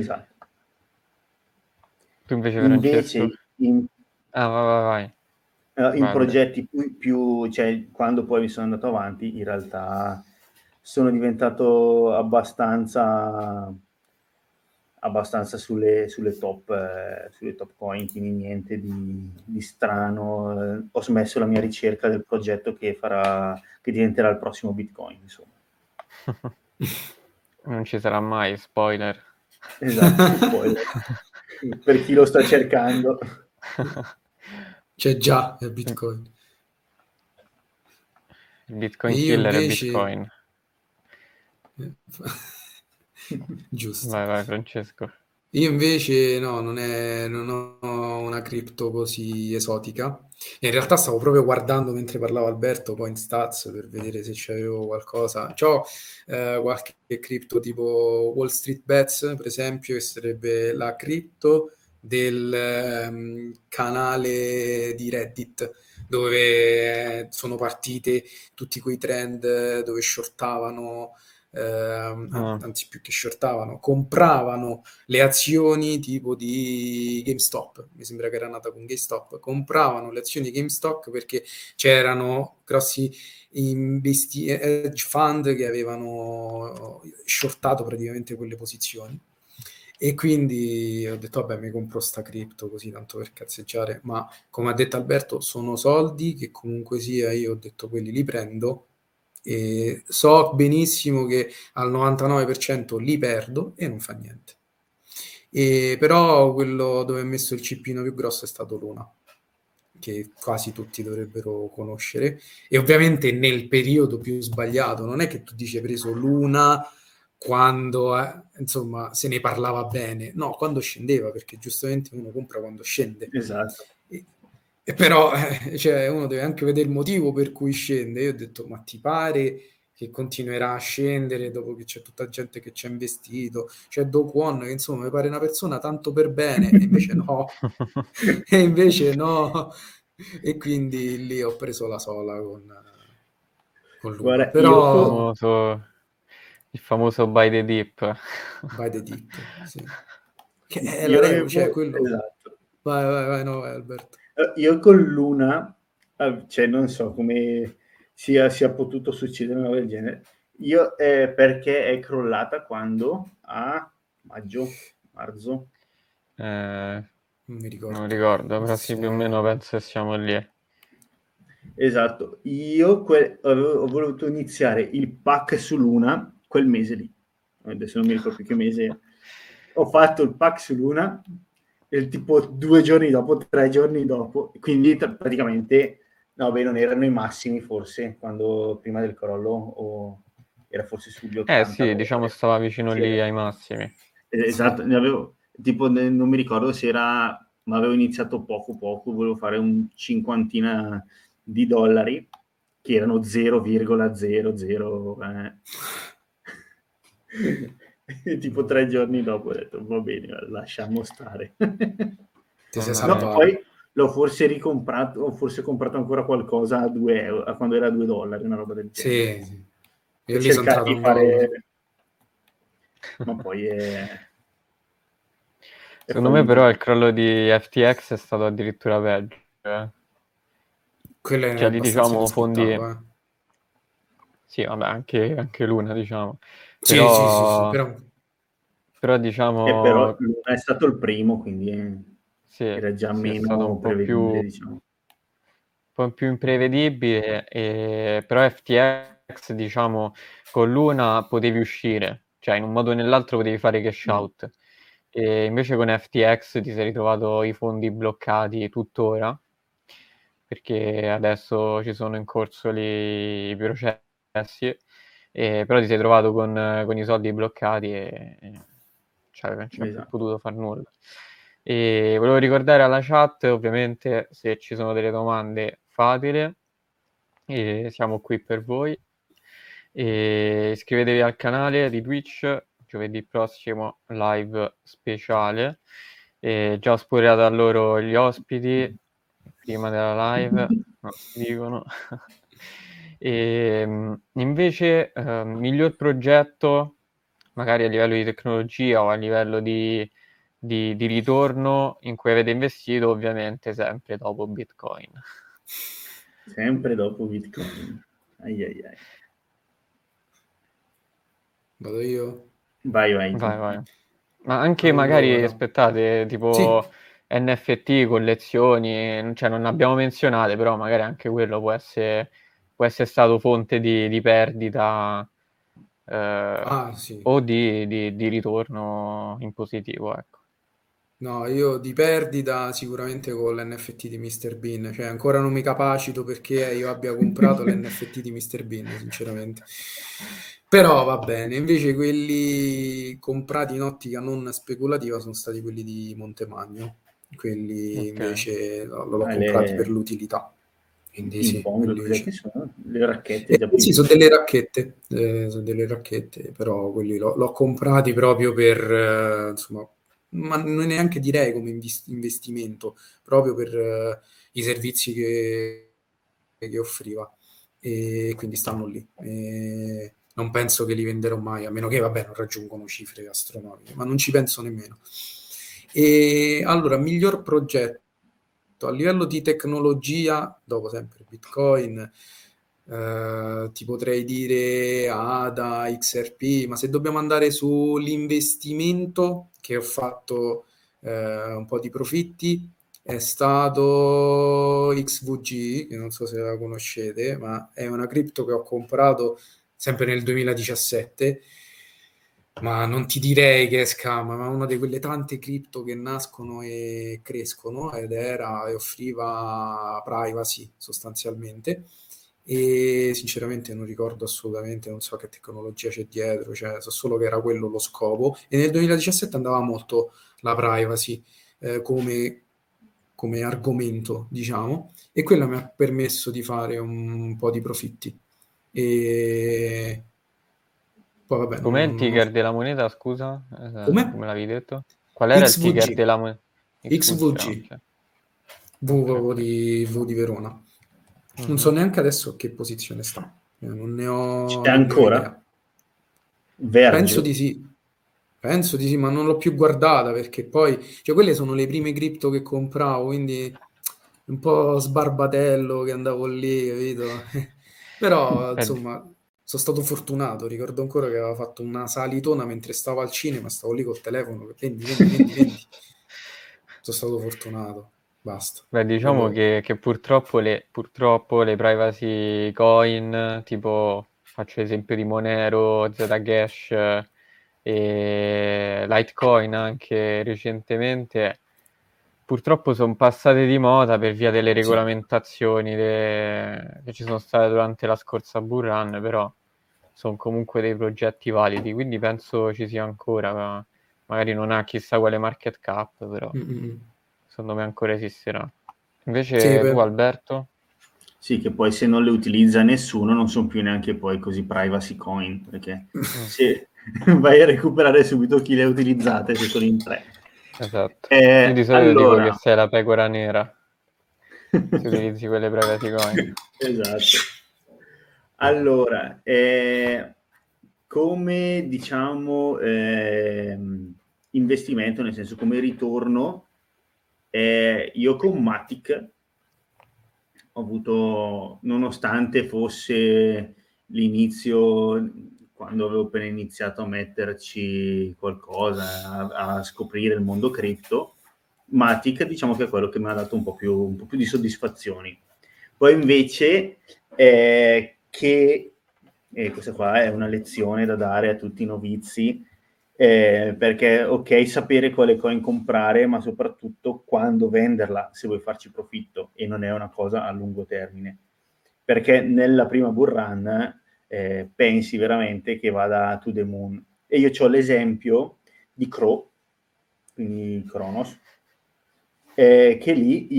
Speaker 2: Esatto.
Speaker 1: Tu invece,
Speaker 2: Invece
Speaker 1: Francesco? Ah, vai.
Speaker 2: in progetti più, cioè quando poi mi sono andato avanti, in realtà sono diventato abbastanza sulle top coin, quindi niente di strano. Ho smesso la mia ricerca del progetto che diventerà il prossimo Bitcoin, insomma.
Speaker 1: Non ci sarà mai, spoiler.
Speaker 2: Esatto, spoiler. Per chi lo sta cercando.
Speaker 3: C'è già il Bitcoin.
Speaker 1: Il Bitcoin killer invece... è Bitcoin.
Speaker 3: Giusto.
Speaker 1: Vai Francesco.
Speaker 3: Io invece no, non ho una cripto così esotica. In realtà stavo proprio guardando mentre parlava Alberto CoinStats per vedere se c'avevo qualcosa. C'ho qualche cripto tipo Wall Street Bets, per esempio, che sarebbe la cripto del canale di Reddit, dove sono partite tutti quei trend dove shortavano, anzi più che shortavano, compravano le azioni tipo di GameStop, mi sembra che era nata con GameStop, compravano le azioni di GameStop perché c'erano grossi hedge fund che avevano shortato praticamente quelle posizioni. E quindi ho detto, vabbè, mi compro sta cripto così tanto per cazzeggiare, ma come ha detto Alberto, sono soldi che comunque sia, io ho detto quelli li prendo e so benissimo che al 99% li perdo e non fa niente. Però quello dove ho messo il cippino più grosso è stato Luna, che quasi tutti dovrebbero conoscere, e ovviamente nel periodo più sbagliato. Non è che tu dici hai preso Luna quando insomma se ne parlava bene, no, quando scendeva, perché giustamente uno compra quando scende.
Speaker 2: Esatto.
Speaker 3: E però cioè, uno deve anche vedere il motivo per cui scende. Io ho detto, ma ti pare che continuerà a scendere dopo che c'è tutta gente che ci ha investito? C'è Do Kwon che insomma mi pare una persona tanto per bene, e invece no. E invece no. E quindi lì ho preso la sola con Luna.
Speaker 2: Guarda,
Speaker 3: Però
Speaker 1: il famoso buy the dip.
Speaker 3: By the dip, sì. Che è la regola, cioè quello...
Speaker 2: Esatto.
Speaker 3: Vai, no, vai Alberto.
Speaker 2: Io con Luna, cioè non so come sia potuto succedere una cosa del genere. Io perché è crollata quando? A marzo?
Speaker 3: Non mi ricordo.
Speaker 1: Non ricordo, però sì, più o meno penso che siamo lì.
Speaker 2: Esatto, io ho voluto iniziare il pack su Luna quel mese lì. Adesso non mi ricordo più che mese. Ho fatto il pack su Luna tipo 2 giorni dopo, 3 giorni dopo, quindi praticamente non erano i massimi forse quando prima del crollo, o era forse sugli 80
Speaker 1: sì, diciamo stava vicino lì ai massimi.
Speaker 2: Esatto, ne avevo tipo non mi ricordo se era, ma avevo iniziato poco, volevo fare un 50 di dollari che erano 0,00 tipo 3 giorni dopo ho detto va bene, lasciamo stare.
Speaker 3: Ti sei
Speaker 2: No,
Speaker 3: salvato.
Speaker 2: poi l'ho forse ricomprato, ho forse comprato ancora qualcosa a 2 euro, a quando era a $2, una roba del genere.
Speaker 3: Sì.
Speaker 2: Per
Speaker 3: Io lì sono
Speaker 2: cercare
Speaker 3: entrato
Speaker 2: di
Speaker 3: un
Speaker 2: fare
Speaker 3: dollar.
Speaker 2: ma poi
Speaker 1: secondo me però il crollo di FTX è stato addirittura peggio.
Speaker 3: Quello è
Speaker 1: Cioè,
Speaker 3: abbastanza
Speaker 1: diciamo fondi...
Speaker 3: inaspettato,
Speaker 1: Sì, vabbè, anche Luna, diciamo.
Speaker 3: Sì,
Speaker 1: Però diciamo...
Speaker 2: però Luna è stato il primo, quindi
Speaker 1: sì,
Speaker 2: era già
Speaker 1: sì, è stato
Speaker 2: meno
Speaker 1: un po'
Speaker 2: prevedibile, diciamo.
Speaker 1: un po' più imprevedibile, però FTX, diciamo, con Luna potevi uscire, cioè in un modo o nell'altro potevi fare cash out. E invece con FTX ti sei ritrovato i fondi bloccati tuttora, perché adesso ci sono in corso i processi, però ti sei trovato con i soldi bloccati e cioè, non c'è più potuto fare nulla. E volevo ricordare alla chat, ovviamente, se ci sono delle domande, fatele, e siamo qui per voi. E iscrivetevi al canale di Twitch, giovedì prossimo live speciale. E già ho spoilerato a loro gli ospiti prima della live, no, dicono. E invece miglior progetto magari a livello di tecnologia o a livello di ritorno in cui avete investito, ovviamente sempre dopo Bitcoin.
Speaker 2: Sempre dopo Bitcoin. Ai ai ai.
Speaker 3: Vado io?
Speaker 2: Vai.
Speaker 1: Vai. Ma anche magari,
Speaker 3: Allora,
Speaker 1: aspettate, tipo
Speaker 3: sì,
Speaker 1: NFT, collezioni, cioè non abbiamo menzionate, però magari anche quello può essere stato fonte di perdita
Speaker 3: sì.
Speaker 1: o di ritorno in positivo, ecco.
Speaker 3: No, io di perdita sicuramente con l'NFT di Mr. Bean, cioè ancora non mi capacito perché io abbia comprato l'NFT di Mr. Bean, sinceramente. Però va bene, invece quelli comprati in ottica non speculativa sono stati quelli di Montemagno, quelli
Speaker 1: Ok.
Speaker 3: invece l'ho comprati per l'utilità,
Speaker 2: I
Speaker 3: quindi
Speaker 2: ping
Speaker 3: sì,
Speaker 2: pong,
Speaker 3: quelli
Speaker 2: cos'è
Speaker 3: sì.
Speaker 2: che sono? Le racchette da
Speaker 3: Sì,
Speaker 2: ping
Speaker 3: sono delle racchette, però quelli l'ho comprati proprio per, insomma, ma non neanche direi come investimento, proprio per i servizi che offriva. E quindi stanno lì. E non penso che li venderò mai, a meno che, vabbè, non raggiungono cifre astronomiche, ma non ci penso nemmeno. E allora, miglior progetto a livello di tecnologia, dopo sempre Bitcoin, ti potrei dire ADA, XRP, ma se dobbiamo andare sull'investimento che ho fatto un po' di profitti, è stato XVG, che non so se la conoscete, ma è una cripto che ho comprato sempre nel 2017, ma non ti direi che è scam, ma una di quelle tante cripto che nascono e crescono e offriva privacy sostanzialmente. E sinceramente non ricordo assolutamente, non so che tecnologia c'è dietro, cioè so solo che era quello lo scopo. E nel 2017 andava molto la privacy come argomento, diciamo, e quello mi ha permesso di fare un po' di profitti. E poi vabbè,
Speaker 1: Com'è il
Speaker 3: non ho...
Speaker 1: ticker della moneta, scusa?
Speaker 3: Come?
Speaker 1: Come l'avevi detto? Qual era il ticker
Speaker 3: XVG.
Speaker 1: della moneta? XVG,
Speaker 3: XVG.
Speaker 1: ok.
Speaker 3: V
Speaker 1: Ok.
Speaker 3: proprio di V di Verona. Non so
Speaker 1: Mhm.
Speaker 3: neanche adesso a che posizione sta.
Speaker 2: c'è
Speaker 3: Non ne ho
Speaker 2: ancora?
Speaker 3: idea. Penso
Speaker 2: Verge?
Speaker 3: di sì. Penso di sì, ma non l'ho più guardata perché poi, cioè, quelle sono le prime cripto che compravo, quindi un po' sbarbatello che andavo lì, capito? Però,
Speaker 1: Eh,
Speaker 3: insomma, sono stato fortunato. Ricordo ancora che aveva fatto una salitona mentre stavo al cinema, stavo lì col telefono, vendi. Sono stato fortunato. Basta.
Speaker 1: Beh, diciamo
Speaker 3: Proprio...
Speaker 1: che purtroppo le privacy coin, tipo faccio l'esempio di Monero, Zcash e Litecoin anche recentemente, purtroppo sono passate di moda per via delle
Speaker 3: Sì.
Speaker 1: regolamentazioni che ci sono state durante la scorsa bull run, però sono comunque dei progetti validi, quindi penso ci sia ancora, ma magari non ha chissà quale market cap, però
Speaker 3: Mm.
Speaker 1: secondo me ancora esisterà.
Speaker 3: Sì,
Speaker 1: Invece tu, Alberto?
Speaker 2: Sì, che poi se non le utilizza nessuno non sono più neanche poi così privacy coin, perché
Speaker 1: Mm,
Speaker 2: se vai a recuperare subito chi le ha utilizzate se sono in tre.
Speaker 1: esatto. Io di solito dico che
Speaker 2: Allora,
Speaker 1: sei la pecora nera se utilizzi quelle privacy coin.
Speaker 2: esatto. Allora, come diciamo investimento, nel senso come ritorno, io con Matic ho avuto, nonostante fosse l'inizio, quando avevo appena iniziato a metterci qualcosa, a scoprire il mondo cripto, Matic diciamo che è quello che mi ha dato un po' più di soddisfazioni. Poi invece questa qua è una lezione da dare a tutti i novizi, perché ok sapere quale coin comprare, ma soprattutto quando venderla se vuoi farci profitto, e non è una cosa a lungo termine, perché nella prima bull run pensi veramente che vada to the moon. E io ho l'esempio di Crow, quindi Kronos, che lì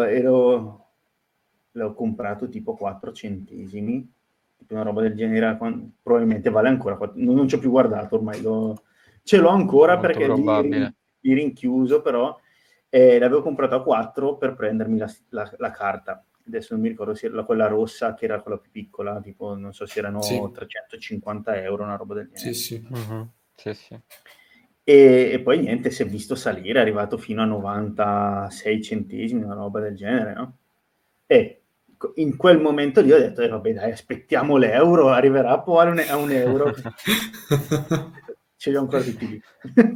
Speaker 2: l'ho comprato tipo 4 centesimi, tipo una roba del genere, probabilmente vale ancora, non ci ho più guardato ormai, ce l'ho ancora
Speaker 1: Molto
Speaker 2: perché
Speaker 1: probabile.
Speaker 2: lì rinchiuso, però l'avevo comprato a 4 per prendermi la carta. Adesso non mi ricordo se era quella rossa, che era quella più piccola, tipo non so se erano
Speaker 3: Sì,
Speaker 2: 350 euro, una roba del
Speaker 3: sì,
Speaker 2: genere.
Speaker 3: sì.
Speaker 1: Mhm. Sì, sì.
Speaker 2: E poi niente, si è visto salire, è arrivato fino a 96 centesimi, una roba del genere, no? in quel momento lì ho detto, vabbè dai, aspettiamo l'euro, arriverà poi a un euro. Ce li ho ancora tutti lì.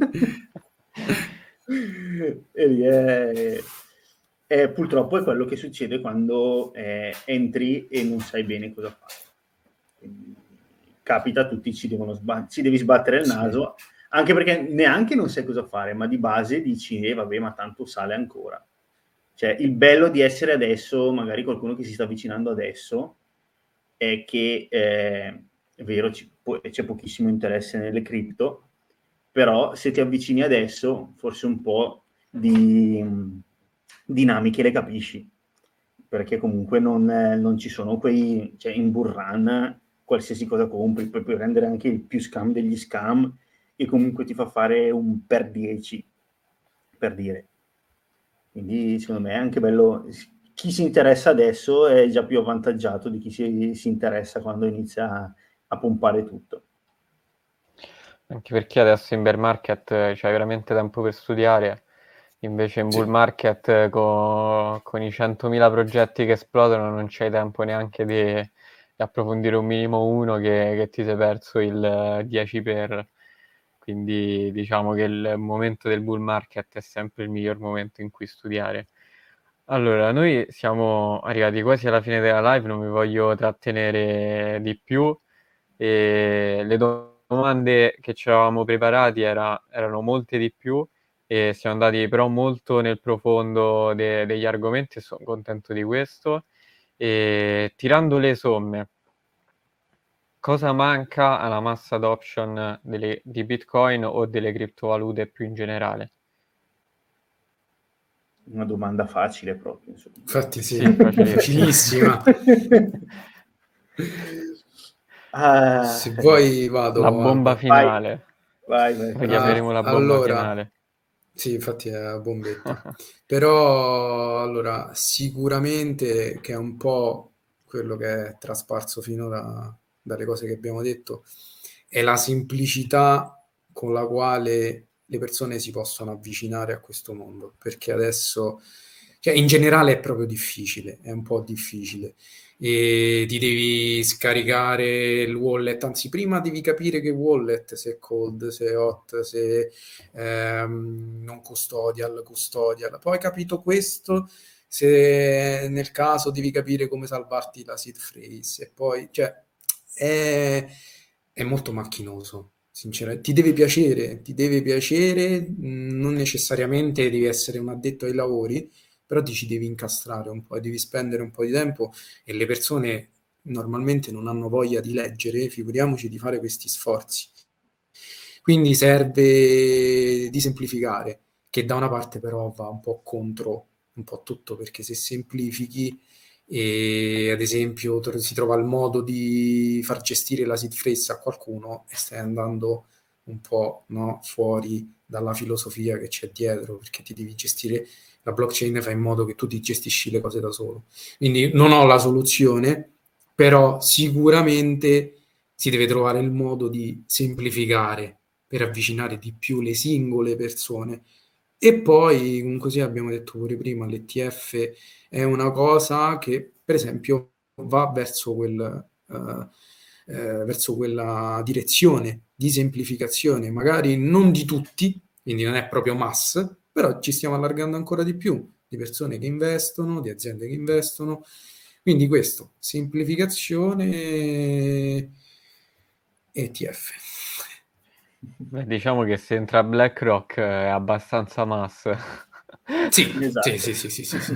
Speaker 2: E lì purtroppo è quello che succede quando entri e non sai bene cosa fare. Quindi, capita a tutti, ci devi sbattere il naso, anche perché neanche non sai cosa fare, ma di base dici, vabbè, ma tanto sale ancora. Cioè, il bello di essere adesso, magari qualcuno che si sta avvicinando adesso, è che è vero, c'è pochissimo interesse nelle cripto, però se ti avvicini adesso, forse un po' di dinamiche le capisci, perché comunque non ci sono quei, cioè in bull run qualsiasi cosa compri, poi puoi rendere anche il più scam degli scam, e comunque ti fa fare un per 10, per dire. Quindi secondo me è anche bello, chi si interessa adesso è già più avvantaggiato di chi si interessa quando inizia a pompare tutto.
Speaker 1: Anche perché adesso in bear market c'hai veramente tempo per studiare, invece in bull market con i 100.000 progetti che esplodono non c'hai tempo neanche di approfondire un minimo uno che ti sei perso il 10 per. Quindi diciamo che il momento del bull market è sempre il miglior momento in cui studiare. Allora, noi siamo arrivati quasi alla fine della live, non vi voglio trattenere di più. E le domande che ci eravamo preparati erano molte di più e siamo andati però molto nel profondo degli argomenti e sono contento di questo. E tirando le somme, cosa manca alla mass adoption di Bitcoin o delle criptovalute più in generale?
Speaker 2: Una domanda facile proprio, insomma.
Speaker 3: Infatti sì,
Speaker 1: facilissima.
Speaker 3: Se vuoi vado,
Speaker 1: La bomba
Speaker 3: guarda.
Speaker 1: finale.
Speaker 2: Vai.
Speaker 1: Poi chiameremo la bomba
Speaker 3: Allora,
Speaker 1: finale.
Speaker 3: sì, infatti è la bombetta. Però, allora, sicuramente che è un po' quello che è trasparso finora dalle cose che abbiamo detto, è la semplicità con la quale le persone si possono avvicinare a questo mondo, perché adesso, cioè in generale è proprio difficile, è un po' difficile. E ti devi scaricare il wallet, anzi prima devi capire che wallet, se è cold, se è hot, se non custodial, poi capito questo, se nel caso devi capire come salvarti la seed phrase, e poi cioè è molto macchinoso, sinceramente. Ti deve piacere, non necessariamente devi essere un addetto ai lavori, però ti ci devi incastrare un po', devi spendere un po' di tempo, e le persone normalmente non hanno voglia di leggere, figuriamoci di fare questi sforzi. Quindi serve di semplificare, che da una parte però va un po' contro un po' tutto, perché se semplifichi e ad esempio si trova il modo di far gestire la seed phrase a qualcuno, e stai andando un po', no, fuori dalla filosofia che c'è dietro, perché ti devi gestire la blockchain, fa in modo che tu ti gestisci le cose da solo. Quindi non ho la soluzione, però sicuramente si deve trovare il modo di semplificare per avvicinare di più le singole persone. E poi, così abbiamo detto pure prima, l'ETF è una cosa che, per esempio, va verso quella direzione di semplificazione, magari non di tutti, quindi non è proprio mass, però ci stiamo allargando ancora di più, di persone che investono, di aziende che investono. Quindi questo, semplificazione, ETF.
Speaker 1: Beh, diciamo che se entra BlackRock è abbastanza mass.
Speaker 3: Sì,
Speaker 2: Esatto.
Speaker 3: sì.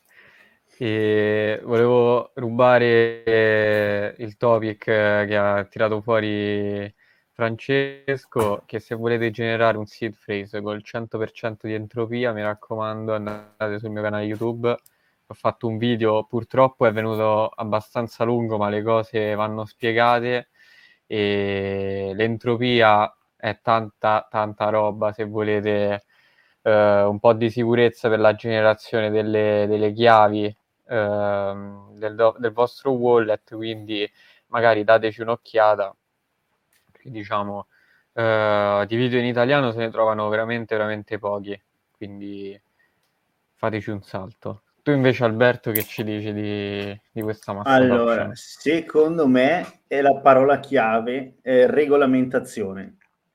Speaker 1: E volevo rubare il topic che ha tirato fuori Francesco, che se volete generare un seed phrase col 100% di entropia, mi raccomando, andate sul mio canale YouTube. Ho fatto un video, purtroppo è venuto abbastanza lungo, ma le cose vanno spiegate e l'entropia è tanta roba. Se volete un po' di sicurezza per la generazione delle chiavi del vostro wallet, quindi magari dateci un'occhiata. Diciamo, di video in italiano se ne trovano veramente pochi, quindi fateci un salto. Tu invece, Alberto, che ci dici di questa massa
Speaker 2: Allora,
Speaker 1: adoption?
Speaker 2: secondo me è la parola chiave regolamentazione,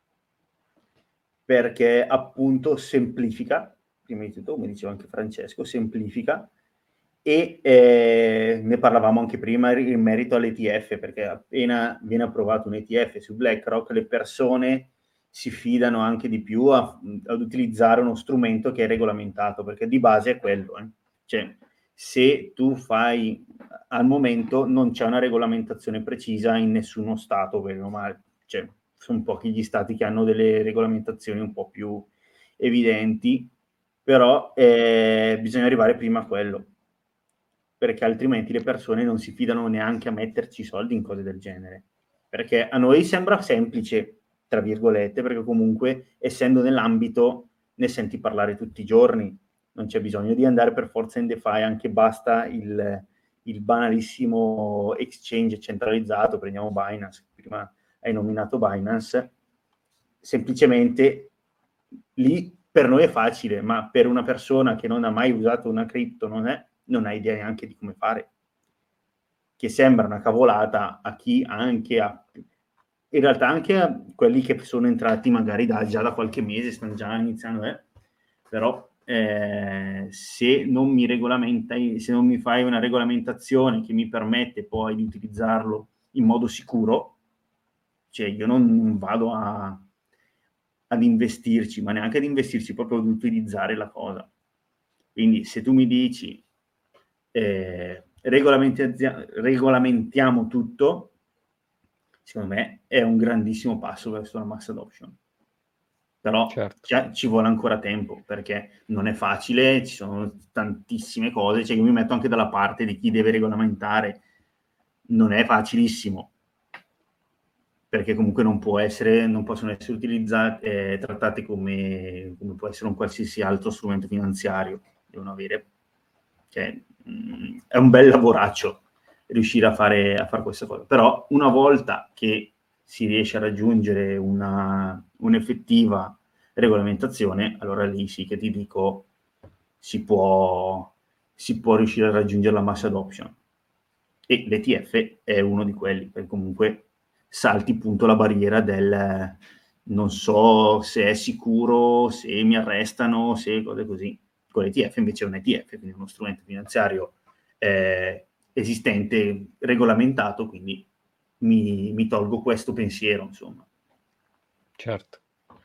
Speaker 2: perché appunto semplifica, prima di tutto, come diceva anche Francesco, semplifica, e ne parlavamo anche prima in merito all'ETF, perché appena viene approvato un ETF su BlackRock, le persone si fidano anche di più ad utilizzare uno strumento che è regolamentato, perché di base è quello. Cioè, se tu fai, al momento non c'è una regolamentazione precisa in nessuno stato, bene o male. Cioè, sono pochi gli stati che hanno delle regolamentazioni un po' più evidenti, però bisogna arrivare prima a quello, perché altrimenti le persone non si fidano neanche a metterci soldi in cose del genere, perché a noi sembra semplice, tra virgolette, perché comunque essendo nell'ambito ne senti parlare tutti i giorni, non c'è bisogno di andare per forza in DeFi, anche basta il banalissimo exchange centralizzato. Prendiamo Binance, prima hai nominato Binance, semplicemente lì per noi è facile, ma per una persona che non ha mai usato una cripto non ha idea neanche di come fare, che sembra una cavolata a chi anche ha, in realtà anche a quelli che sono entrati magari già da qualche mese, stanno già iniziando, però se non mi regolamenta, se non mi fai una regolamentazione che mi permette poi di utilizzarlo in modo sicuro, cioè io non vado ad investirci, ma neanche ad investirci, proprio ad utilizzare la cosa. Quindi se tu mi dici regolamentiamo tutto, secondo me è un grandissimo passo verso la mass adoption. Però
Speaker 1: Certo.
Speaker 2: ci vuole ancora tempo, perché non è facile, ci sono tantissime cose, cioè io mi metto anche dalla parte di chi deve regolamentare, non è facilissimo, perché comunque non possono essere utilizzate, trattate come può essere un qualsiasi altro strumento finanziario. Devono avere, cioè, è un bel lavoraccio riuscire a fare questa cosa. Però una volta che si riesce a raggiungere un'effettiva regolamentazione, allora lì sì che ti dico si può riuscire a raggiungere la mass adoption. E l'ETF è uno di quelli, perché comunque salti appunto la barriera del non so se è sicuro, se mi arrestano, se cose così. Con l'ETF invece è un ETF, quindi uno strumento finanziario esistente, regolamentato, quindi mi tolgo questo pensiero, insomma.
Speaker 1: Certo.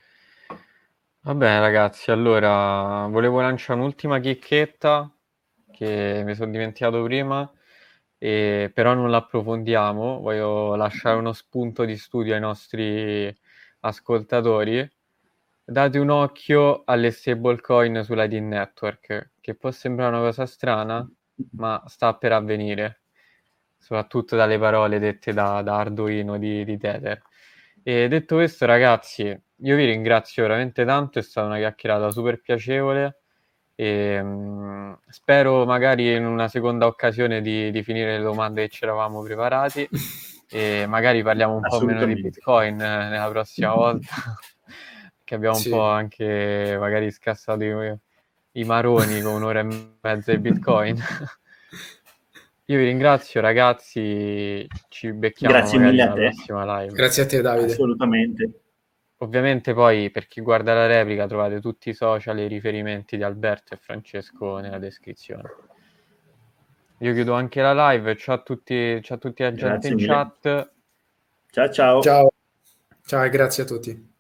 Speaker 1: Va bene ragazzi, allora volevo lanciare un'ultima chicchetta che mi sono dimenticato prima, però non l'approfondiamo, voglio lasciare uno spunto di studio ai nostri ascoltatori. Date un occhio alle stablecoin sulla Lightning Network, che può sembrare una cosa strana, ma sta per avvenire, soprattutto dalle parole dette da Arduino di Tether. E detto questo, ragazzi, io vi ringrazio veramente tanto, è stata una chiacchierata super piacevole e spero magari in una seconda occasione di finire le domande che ci eravamo preparati e magari parliamo un po' meno di Bitcoin nella prossima volta, che abbiamo un po' anche magari scassato i maroni con un'ora e mezza di Bitcoin. Io vi ringrazio ragazzi, ci becchiamo
Speaker 2: Grazie
Speaker 1: magari
Speaker 2: mille a
Speaker 1: alla
Speaker 2: te.
Speaker 1: prossima live.
Speaker 3: Grazie a te, Davide.
Speaker 2: Assolutamente.
Speaker 1: Ovviamente poi per chi guarda la replica trovate tutti i social e i riferimenti di Alberto e Francesco nella descrizione. Io chiudo anche la live, ciao a tutti la gente in chat.
Speaker 2: Ciao ciao.
Speaker 3: Ciao e grazie a tutti.